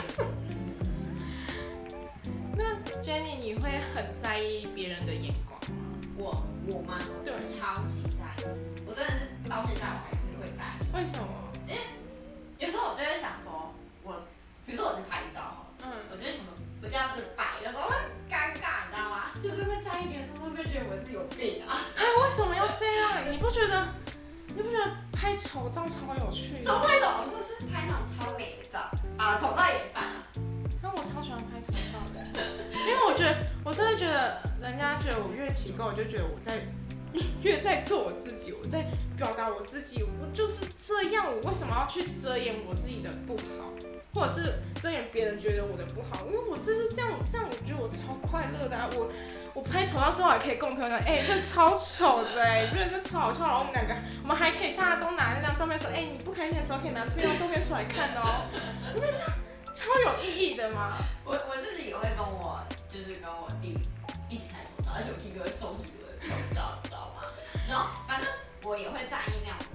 那 Jenny， 你会很在意别人的眼光吗？ 我吗？ 对， 超级在意。我真的是到现在我还是会在意。 为什么？ 因为有时候我就会想说，比如说我去拍照我就会想说，我这样子摆的时候会很尴尬，你知道吗？就是会在意别人说会不会觉得我是有病啊？ 为什么要这样？你不觉得拍丑照超有趣的？ 怎么会？我说是拍那种超美的照啊，丑照也算啊。 那我超喜欢拍丑照的，因为我真的觉得人家觉得我越奇怪，我就觉得我越在做我自己，我在表达我自己，我就是这样，我为什么要去遮掩我自己的不好，或者是遮掩别人觉得我的不好？因为我就是这样，我觉得我超快乐的啊！我拍丑照之后还可以跟我朋友讲，这超丑的你不觉得这超好笑？然后我们还可以大家都拿那张照片说，你不开心的时候可以拿这张照片出来看哦。因为这样超有意义的吗？ 我自己也会跟我弟一起拍丑照，而且我弟就会收集我的丑照，你知道吗？然后反正我也会在意那种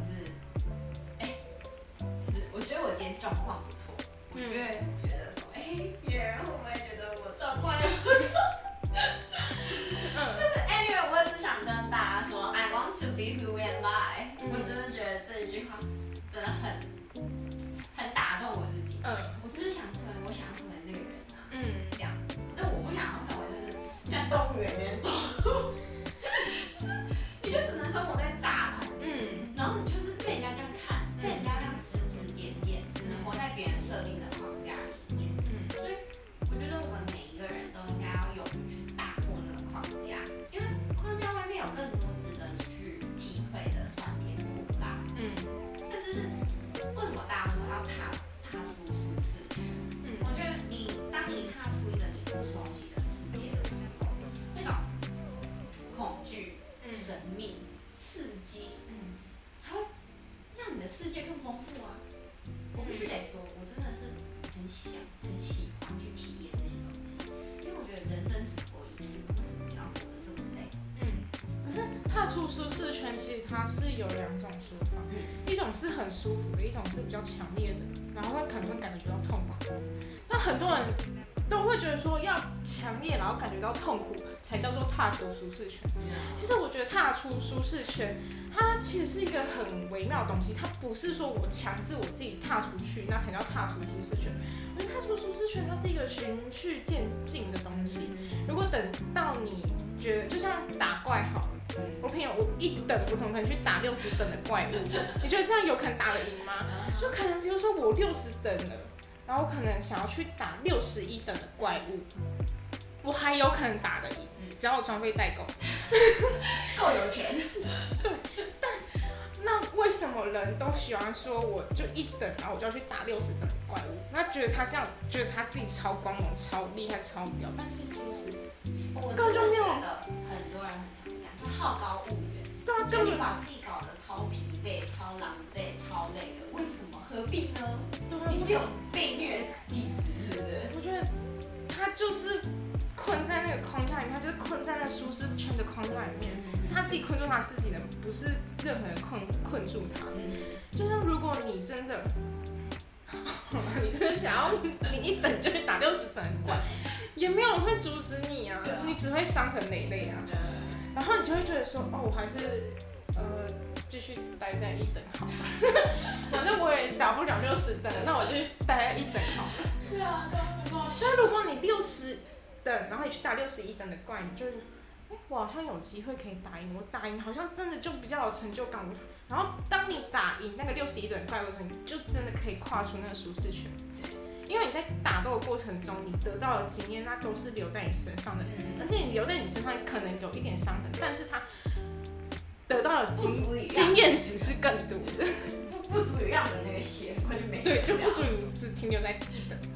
就是我觉得我今天状况不错，我就会觉得说，别人会不会觉得我状况也不错？但是 anyway， 我只想跟大家说 ，I want to be who I am。我真的觉得这一句话真的很打中我自己。我就是想成为我想要成为那个人啊。这样。但我不想要成为就是像动物园里面动物，就是你就只能生活在栅栏。然后你就是被人家这样看，被人家这样指指点点，只能活在别人设定的框架里面。所以我觉得我们每一个人都应该要勇于去打破那个框架，因为框架外面有更多值得你去体会的酸甜苦辣。甚至是为什么大家都要踏出舒适圈？我觉得当你踏出一个你不熟悉的世界的时候，那种恐惧、神秘、刺激，才会让你的世界更丰富啊！我必须得说，我真的是很喜欢去体验这些东西，因为我觉得人生只活一次，为什么要活得这么累？ 可是踏出舒适圈，其实它是有两种说法，一种是很舒服的，一种是比较强烈的，然后可能会感觉到痛苦。那很多人都会觉得说要强烈，然后感觉到痛苦才叫做踏出舒适圈。其实我觉得踏出舒适圈，它其实是一个很微妙的东西，它不是说我强制我自己踏出去，那才叫踏出舒适圈。我觉得踏出舒适圈，它是一个循序渐进的东西。如果等到你觉得就像打怪好了，我朋友我一等，我怎么可能去打60等的怪物？你觉得这样有可能打得赢吗？就可能比如说我60等了，然后我可能想要去打61等的怪物，我还有可能打得赢，只要我装备代购， 够有钱。 对，但那为什么人都喜欢说我就一等，然后我就要去打60等的怪物？那觉得他这样，觉得他自己超光荣、超厉害、超屌，但是其实我真的觉得很多人很常这样，就好高骛远。 对啊， 就你把自己搞得超疲惫、超狼狈、超累的，为什么？何必呢？ 对啊， 你是有被虐体质，是不是？ 我觉得他就是困在那个框架里面，他就是困在那个舒适圈的框架里面，是他自己困住他自己的，不是任何人困住他。就像如果你真的，你真的想要你一等就去打60等的怪，也没有人会阻止你啊，你只会伤痕累累啊。然后你就会觉得说，我还是继续待在1等好了，反正我也打不了60等，那我就待在1等好了。 对啊， 所以如果你60等，然后你去打61等的怪，你就会觉得，我好像有机会可以打赢，我打赢好像真的就比较有成就感。然后当你打赢那个61等怪物的时候，你就真的可以跨出那个舒适圈。因为你在打斗的过程中，你得到的经验，那都是留在你身上的，而且你留在你身上可能有一点伤痕，但是它得到的经验值是更多的， 不足以让你那个血会没对，就不足以你只停留在1等。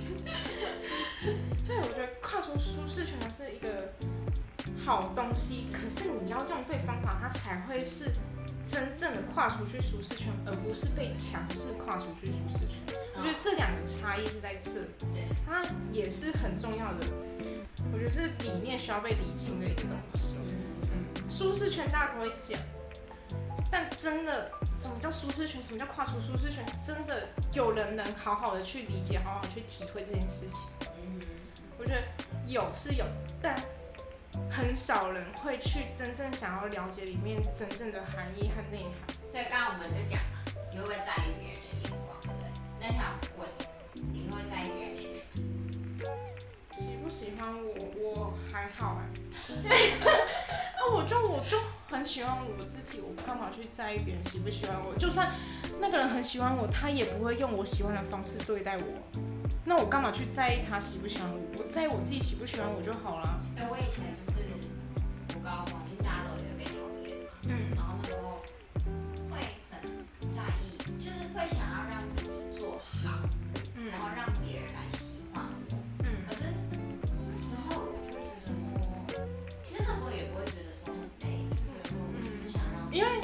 所以我觉得跨出舒适圈是一个好东西，可是你要用对方法，它才会是真正的跨出去舒适圈，而不是被强制跨出去舒适圈。我觉得这两个差异是在这里，它也是很重要的。我觉得是理念需要被理清的一个东西。舒适圈大家都会讲，但真的什么叫舒适圈，什么叫跨出舒适圈，真的有人能好好的去理解，好好的去体会这件事情。我觉得有是有，但很少人会去真正想要了解里面真正的含义和内涵。 对，刚刚我们就讲嘛，你会不会在意别人的眼光，对不对？那想问你，你会在意别人喜不喜欢我还好我就很喜欢我自己，我干嘛去在意别人喜不喜欢我？就算那个人很喜欢我，他也不会用我喜欢的方式对待我。那我干嘛去在意他喜不喜欢我？我在意我自己喜不喜欢我就好了。 我以前就是读高中，因为大家都有被讨厌嘛，然后那时候会很在意，就是会想要让自己做好，然后让别人来喜欢我。可是那时候我就会觉得说，其实那时候也不会觉得说很累，就觉得说我就是想让， 因为你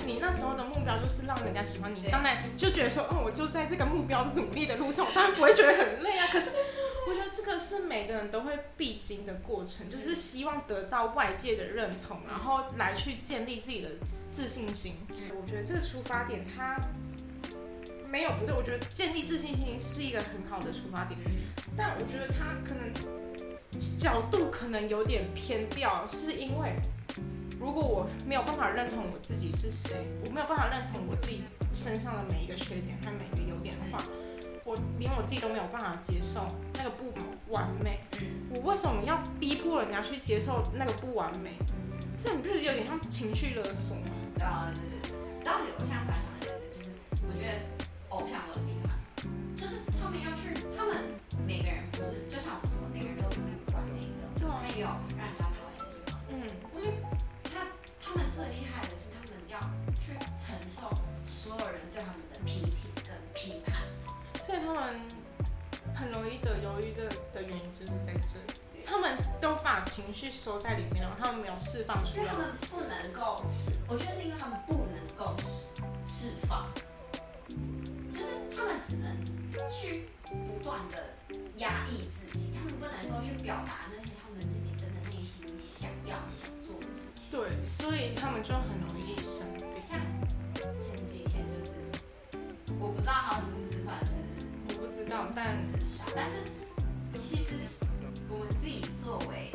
你那时候的目标就是让人家喜欢你， 对当然就觉得说，我就在这个目标努力的路上，我当然不会觉得很累啊。可是我觉得这个是每个人都会必经的过程，就是希望得到外界的认同，然后来去建立自己的自信心。我觉得这个出发点它没有不对，我觉得建立自信心是一个很好的出发点，但我觉得它可能角度可能有点偏掉，是因为如果我没有办法认同我自己是谁，我没有办法认同我自己身上的每一个缺点和每一个优点的话，我连我自己都没有办法接受那个不完美。我为什么要逼迫人家去接受那个不完美？这你不是有点像情绪勒索吗？ 对，到底我现在突然想到一件事，就是我觉得偶像都很厉害，就是他们要去，他们每个人不是，就像我说，每个人都不是完美的， 对他也有让人家讨厌的地方。我觉得他们最厉害的是，他们要去承受所有人对他们的批评跟批判， 所以他们很容易得忧郁症的原因就是在这里。他们都把情绪收在里面了，他们没有释放出来。 因为他们不能够我觉得是因为他们不能够释放，就是他们只能去不断的压抑自己，他们不能够去表达那些他们自己真的内心想做的事情。 对，所以他们就很容易生病。 像前几天就是，我不知道他是不是算是， 我不知道，但自杀，但是其实我们自己作为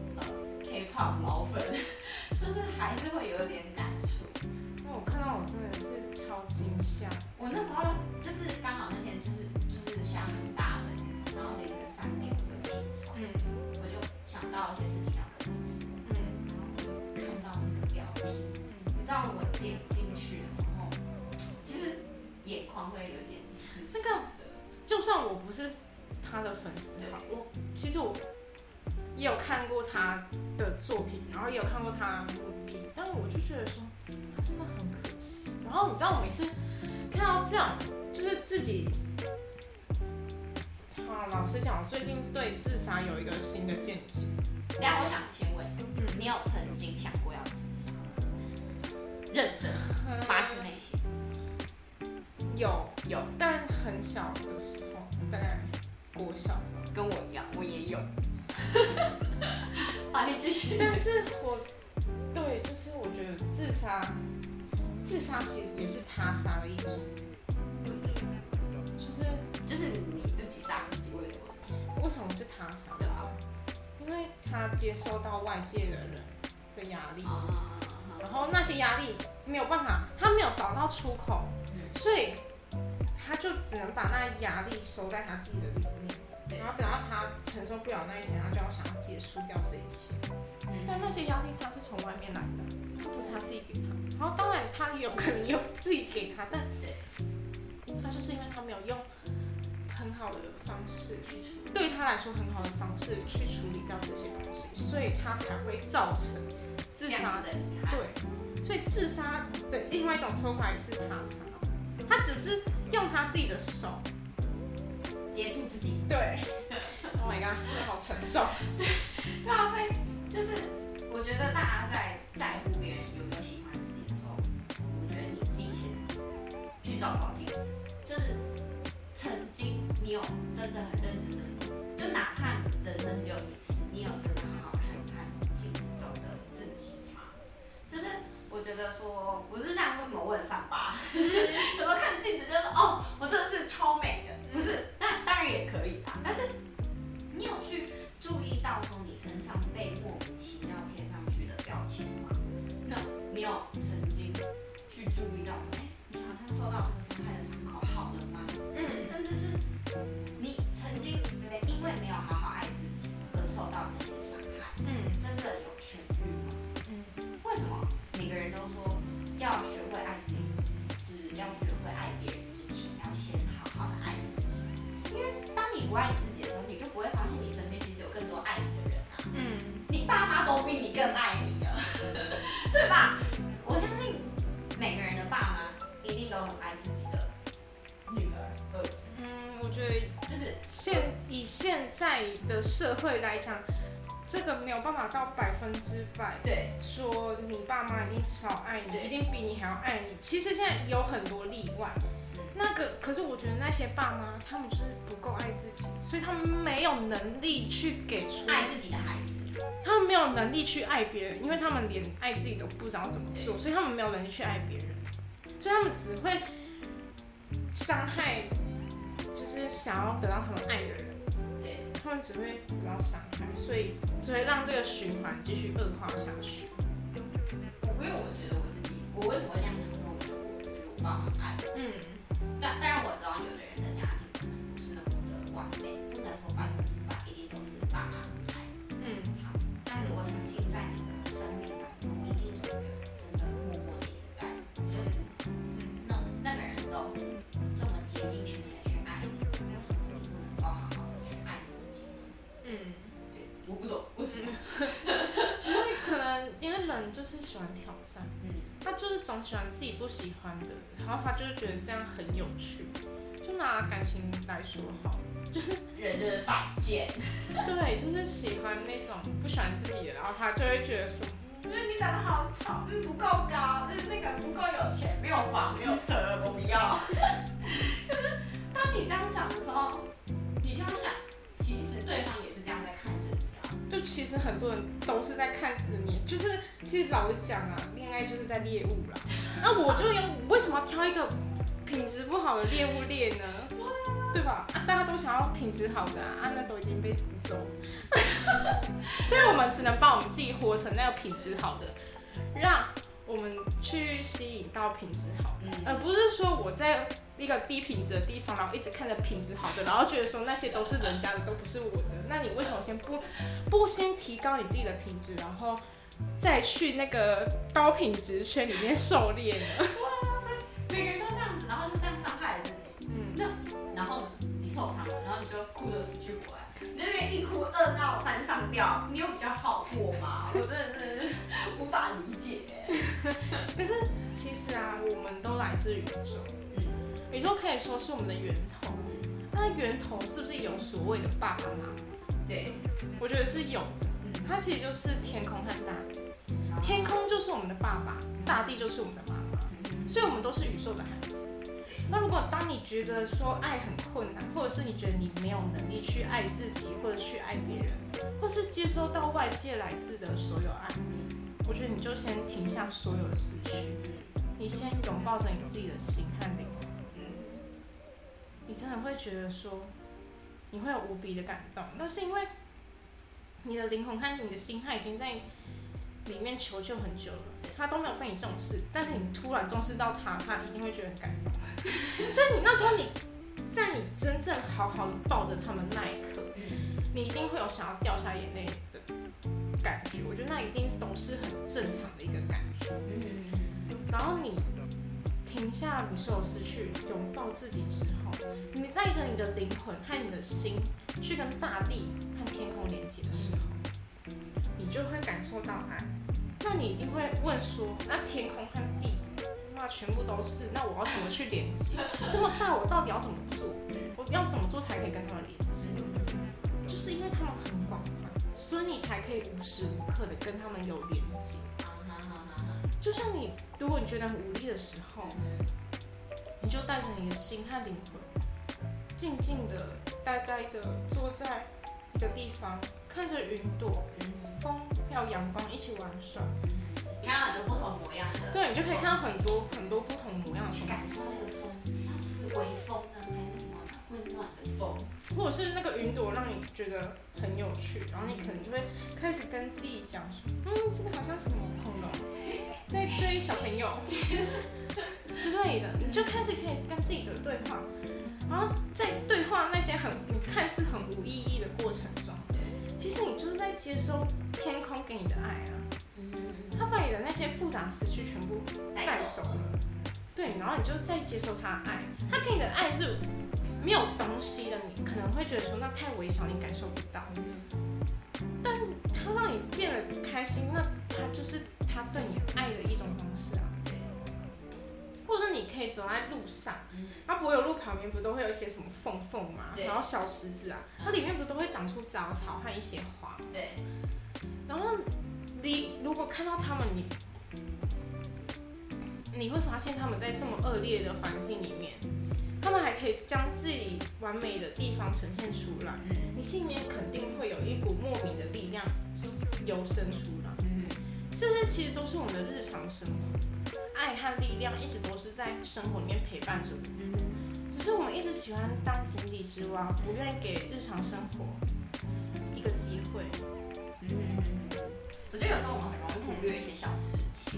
K-pop 老粉，就是还是会有点感触。 因为我看到我真的是超惊吓。 我那时候就是刚好那天就是下很大的雨，然后凌晨3点我就起床，我就想到一些事情要跟你说，然后我就看到那个标题，你知道我点进去的时候，其实眼眶会有点湿湿的。 那个，就算我不是他的粉丝哈，其实我也有看过他的作品，然后也有看过他的努力，但我就觉得说他真的很可惜。然后你知道我每次看到这样，就是自己，老实讲，我最近对自杀有一个新的见解。 等下我想先问，你有曾经想过要自杀吗？认真，发自内心。 有， 有， 但很小的时候，大概国小吧。 跟我一样，我也有。好，你继续。 但是对，就是我觉得自杀其实也是他杀的一种， 就是你自己杀自己，为什么？ 为什么是他杀的？因为他接受到外界的人的压力，然后那些压力没有办法，他没有找到出口，所以他就只能把那压力收在他自己的里面。然后等到他承受不了那一天，他就要想要结束掉这一切。但那些压力他是从外面来的，他不是他自己给他。然后当然他也有可能有自己给他，但他就是因为他没有用很好的方式去处理，对他来说很好的方式去处理掉这些东西，所以他才会造成自杀的厉害。 对，所以自杀的另外一种说法也是他杀，他只是用他自己的手结束自己。 对。Oh my god， 真的好沉重。 对啊，所以就是我觉得大家在乎别人有没有喜欢自己的时候，我觉得你自己先去照镜子，就是曾经你有真的很认真的，就哪怕人生只有一次，你有真的好好看看镜子中的自己吗？就是我觉得说，不是像什么问38，就是有时候看镜子就是哦，我真的是超美的，不是，那当然也可以啦，但是你有去注意到说你身上被莫名其妙贴上去的标签吗？那你有曾经去注意到说，你好像受到这个伤害的伤口好了吗？甚至是你曾经因为没有好好爱自己而受到那些伤害，真的有痊愈吗？为什么每个人都说要学会爱自己，就是要学会爱别人之前，要先好好的爱自己？因为当你不爱你自己的时候，你就不会发现你身边其实有更多爱你的人啊。你爸妈都比你更爱你了，对吧？我相信每个人的爸妈一定都很爱自己的女儿、儿子。 我觉得就是以现在的社会来讲， 这个没有办法到100%， 对， 说你爸妈一定超爱你，一定比你还要爱你。其实现在有很多例外，可是我觉得那些爸妈他们就是不够爱自己，所以他们没有能力去给出爱自己的孩子， 他们没有能力去爱别人，因为他们连爱自己都不知道怎么做，所以他们没有能力去爱别人，所以他们只会伤害，就是想要得到他们爱的人。他们只会得到伤害，所以只会让这个循环继续恶化下去。 因为我觉得我为什么会这样讲？因为我觉得我爸妈爱我。当然我知道有的人的家庭可能不是那么的完美，不能说100%一定都是爸妈很爱他。但是我相信在你的生命当中，一定有一个人真的默默地在守护你。那个人都这么竭尽全力的去爱你，为什么你不能够好好的去爱你自己？对，我不懂为什么。 因为人就是喜欢挑战，他就是总喜欢自己不喜欢的，然后他就是觉得这样很有趣。就拿感情来说好，就是人就是犯贱， 对，就是喜欢那种不喜欢自己的，然后他就会觉得说， 因为你长得好丑，不够高，那个不够有钱，没有房，没有车，我不要。可是当你这样想的时候，你就要想，其实对方也是这样在看着你啊。 就其实很多人都是在看着你，就是其实老实讲啊，恋爱就是在猎物啦。那我就为什么要挑一个品质不好的猎物猎呢？对吧？大家都想要品质好的啊，那都已经被捕走了。所以我们只能把我们自己活成那个品质好的，让我们去吸引到品质好的，而不是说我在一个低品质的地方，然后一直看着品质好的，然后觉得说那些都是人家的，都不是我的。那你为什么不先提高你自己的品质，然后再去那个高品质圈里面狩猎呢？ 哇，所以每个人都这样子，然后就这样伤害了自己。然后你受伤了，然后你就哭得死去活来，你那边一哭二闹三上吊，你有比较好过吗？我真的是无法理解。 可是其实啊，我们都来自宇宙，宇宙可以说是我们的源头。那源头是不是有所谓的爸爸妈妈？ 对， 我觉得是有的。它其实就是天空和大地，天空就是我们的爸爸，大地就是我们的妈妈，所以我们都是宇宙的孩子。那如果当你觉得说爱很困难，或者是你觉得你没有能力去爱自己，或者去爱别人，或是接收到外界来自的所有爱，我觉得你就先停下所有的思绪，你先拥抱着你自己的心和灵魂，你真的会觉得说，你会有无比的感动。那是因为你的灵魂和你的心，它已经在里面求救很久了，他都没有被你重视，但是你突然重视到他，他一定会觉得很感动。所以你那时候在你真正好好抱着他们那一刻，你一定会有想要掉下眼泪的感觉。我觉得那一定都是很正常的一个感觉。然后你停下你所有思绪，拥抱自己之后，你带着你的灵魂和你的心去跟大地和天空连接的时候，你就会感受到爱。那你一定会问说，那天空和地，那全部都是，那我要怎么去连接？这么大，我到底要怎么做？我要怎么做才可以跟他们连接？就是因为他们很广泛，所以你才可以无时无刻的跟他们有连接。就像如果你觉得很无力的时候，你就带着你的心和灵魂，静静的、呆呆的坐在一个地方，看着云朵、风还有阳光一起玩耍， 看到很多不同模样的， 对，你就可以看到很多不同模样的风， 去感受那个风，它是微风呢，还是什么温暖的风， 或者是那个云朵让你觉得很有趣，然后你可能就会开始跟自己讲说，这个好像什么恐龙在追小朋友之类的，你就开始可以跟自己的对话，然后在对话那些你看似很无意义的过程中，其实你就是在接收天空给你的爱啊，他把你的那些复杂思绪全部带走了，对，然后你就再接受他的爱，他给你的爱是没有东西的，你可能会觉得说那太微小，你感受不到，但他让你变得开心，那他就是他对你爱的一种方式啊，或者就是你可以走在路上，它柏油路旁边不都会有一些什么缝缝嘛，然后小石子啊，它里面不都会长出杂草和一些花。 对。 然后如果看到他们，你会发现他们在这么恶劣的环境里面，他们还可以将自己完美的地方呈现出来。你心里面肯定会有一股莫名的力量由生出来。这些其实都是我们的日常生活，爱和力量一直都是在生活里面陪伴着我们。只是我们一直喜欢当井底之蛙，不愿意给日常生活一个机会。 我觉得有时候我们很容易忽略一些小事情。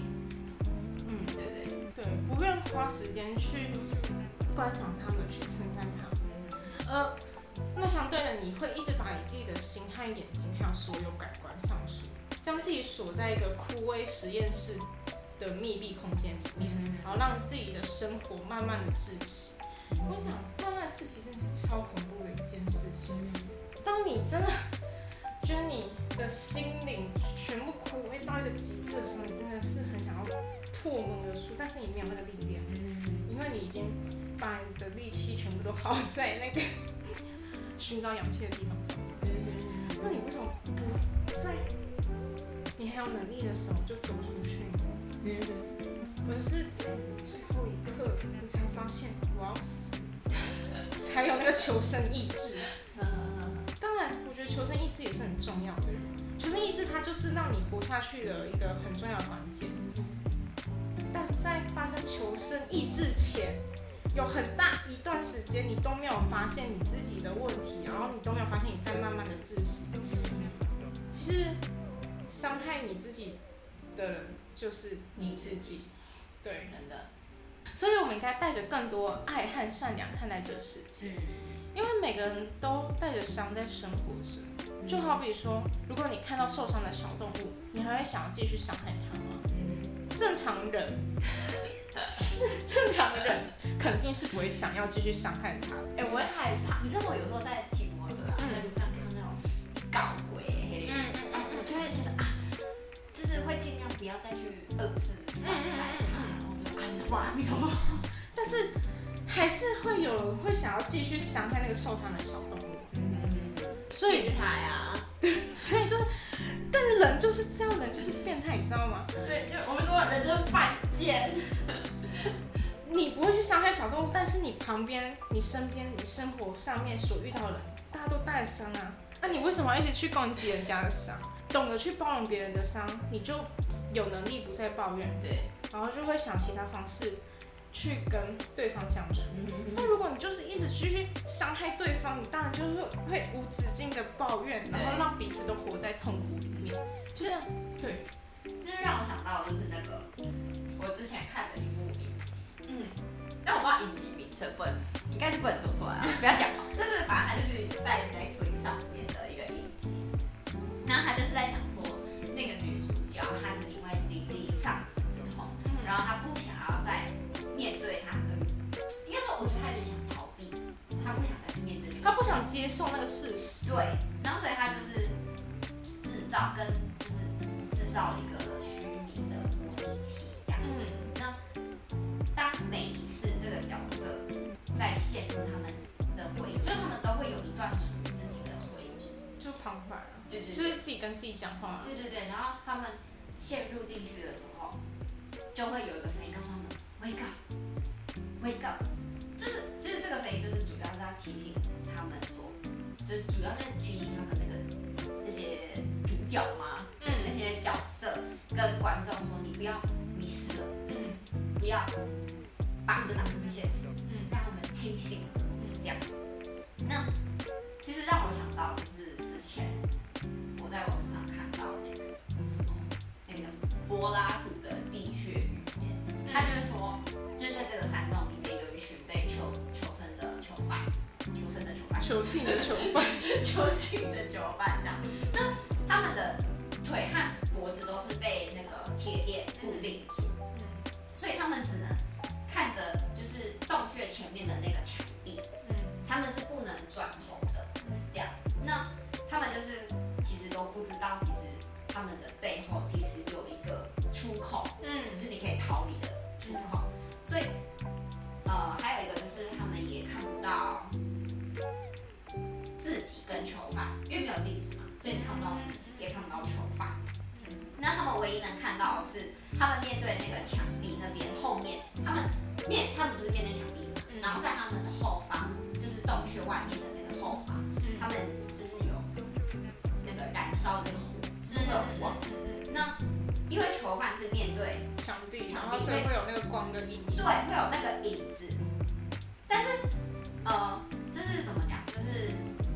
对，不愿花时间去观赏他们，去称赞他们。那相对的，你会一直把你自己的心和眼睛还有所有感官上锁，将自己锁在一个枯萎实验室的密闭空间里面，然后让自己的生活慢慢的窒息。我跟你讲，慢慢的窒息真的是超恐怖的一件事情。当你真的觉得你的心灵全部枯萎到一个极致的时候，你真的是很想要破门而出，但是你没有那个力量，因为你已经把你的力气全部都耗在那个寻找氧气的地方上。那你为什么不在你还有能力的时候就走出去呢？而是在最后一刻，你才发现我要死，才有那个求生意志。当然，我觉得求生意志也是很重要的。求生意志它就是让你活下去的一个很重要的关键。但在发生求生意志前，有很大一段时间你都没有发现你自己的问题，然后你都没有发现你在慢慢的窒息。其实伤害你自己的人就是你自己。对， 真的。 所以我们应该带着更多爱和善良看待这个世界。因为每个人都带着伤在生活着，就好比说，如果你看到受伤的小动物，你还会想要继续伤害它吗？正常人肯定是不会想要继续伤害它的。 我会害怕。你知道我有时候在骑摩托车在路上看到那种搞鬼我就会觉得就是会尽量不要再去2次伤害它。阿弥陀佛。 但是还是会有人会想要继续伤害那个受伤的小动物。所以变态啊！ 对，所以就是，但人就是这样，人就是变态，你知道吗？ 对，就我们说人就是犯贱。 你不会去伤害小动物，但是你旁边、你身边、你生活上面所遇到的人，大家都带着伤啊。那你为什么要一直去攻击人家的伤？懂得去包容别人的伤，你就有能力不再抱怨。 对， 然后就会想其他方式去跟对方相处。但如果你就是一直继续伤害对方，你当然就是会无止境的抱怨，然后让彼此都活在痛苦里面。就这样，对。 这就让我想到就是那个我之前看的一部影集，但我不知道影集名称应该是不能说出来啊，不要讲嘛。但是反正它就是在 Netflix 上面的一个影集，然后它就是在讲说那个女主角她是因为经历上肢之痛，然后她不想要再面对她的，应该说我觉得她有点想逃避，她不想再去面对那个， 她不想接受那个事实。 对，然后所以她就是制造了一个虚拟的模拟器这样子。那当每一次这个角色在陷入他们的回忆，就是他们都会有一段属于自己的回忆， 就旁白啊， 对， 就是自己跟自己讲话。 对，然后他们陷入进去的时候，就会有一个声音告诉他们 wake up，wake up， 就是其实这个声音就是主要是要提醒他们说，就是主要在提醒他们那些主角嘛。那些角色跟观众说，你不要迷失了，不要把这个当作是现实，让他们清醒，这样。那其实让我想到就是之前我在网上看到那个什么柏拉图的《地穴寓言》，他就是说，就是在这个山洞里面有一群被囚禁的囚犯这样。那他们的腿和脖子都是被那个铁链固定住，所以他们只能看着就是洞穴前面的那个墙壁，他们是不能转头的，这样。那他们就是其实都不知道，其实他们的背后其实有一个出口，就是你可以逃离的出口。所以看到的是他们面对那个墙壁那边后面，他们不是面对墙壁，然后在他们的后方，就是洞穴外面的那个后方，他们就是有那个燃烧的那个火，就是会有光。那因为囚犯是面对墙壁，然后所以会有那个光的影影。 对，会有那个影子。但是就是怎么讲，就是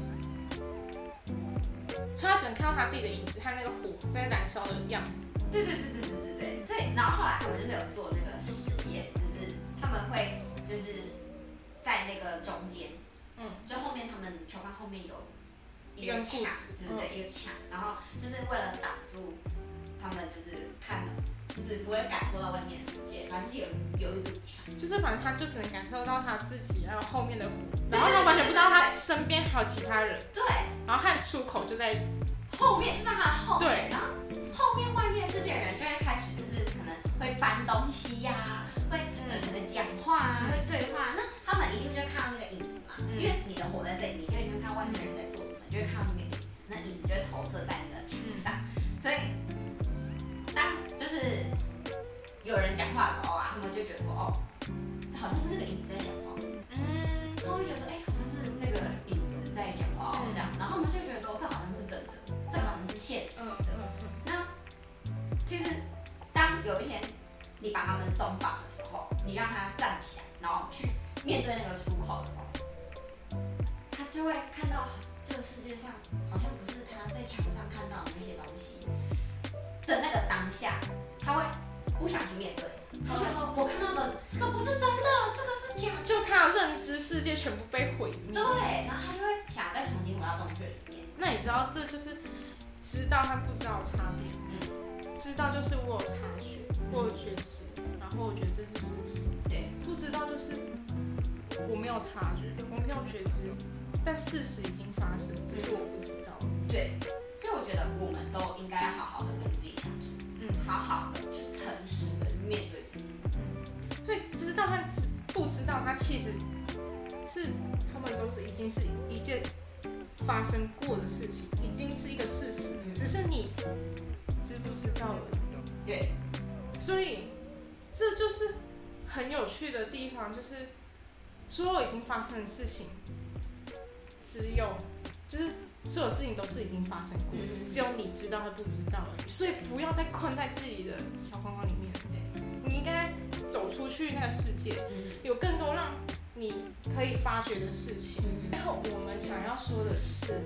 所以他只能看到他自己的影子和那个火在燃烧的样子。 对。所以然后后来他们就是有做那个实验，就是他们会就是在那个中间，就后面他们囚犯后面有一个墙，对，一个墙，然后就是为了挡住他们就是看，就是不会感受到外面的世界，反正是有一堵墙， 就是反正他就只能感受到他自己还有后面的火，然后他完全不知道他身边还有其他人， 对， 然后他的出口就在后面，就在他的后面， 对， 然后后面外面世界的人就会开始就是可能会搬东西呀、会可能讲话啊，会对话，那他们一定就会看到那个影子嘛，因为你的火在这里，你就会看到外面的人在做什么，你就会看到那个影子，那影子就会投射在那个墙上，所以当就是有人讲话的时候啊，他们就觉得说哦，好像是那个影子在讲话，他们会觉得说好像是那个影子在讲话这样，然后他们就觉得说这好像是真的，这好像是现实的。那其实当有一天你把他们松绑的时候，你让他站起来，然后去面对那个出口的时候，他就会看到这个世界上好像不是他在墙上看到的那些东西的那个当下，他会不想去面对，他就说我看到的这个不是真的，这个是假的， 就他的认知世界全部被毁灭。 对，然后他就会想再重新回到洞穴里面。 那你知道这就是知道和不知道的差别。知道就是我有察觉，我有觉知，然后我觉得这是事实。 对， 不知道就是我没有察觉，我没有觉知，但事实已经发生，只是我不知道。 对，所以我觉得我们都应该好好的跟自己相处，好好的去诚实的面对自己。 所以知道和不知道，它其实是他们都是已经是一件发生过的事情，已经是一个事实，只是你知不知道而已。 对， 所以这就是很有趣的地方，就是所有已经发生的事情，只有就是所有事情都是已经发生过的，只有你知道和不知道而已。所以不要再困在自己的小框框里面，你应该走出去那个世界，有更多让你可以发掘的事情。最后我们想要说的是，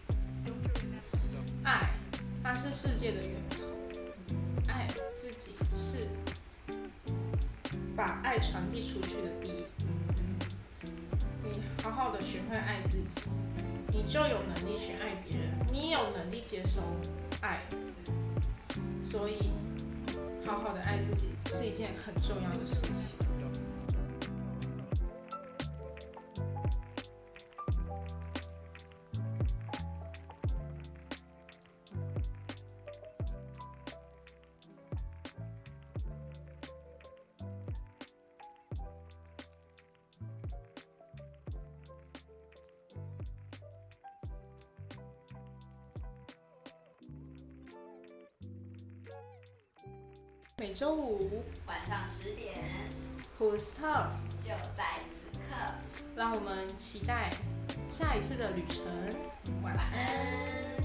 爱，它是世界的源头，爱自己是把爱传递出去的第一步。你好好的学会爱自己，你就有能力去爱别人，你有能力接受爱。所以，好好的爱自己是一件很重要的事情。每周五晚上10点 ，Who's Talks 就在此刻， 让我们期待下一次的旅程。晚安。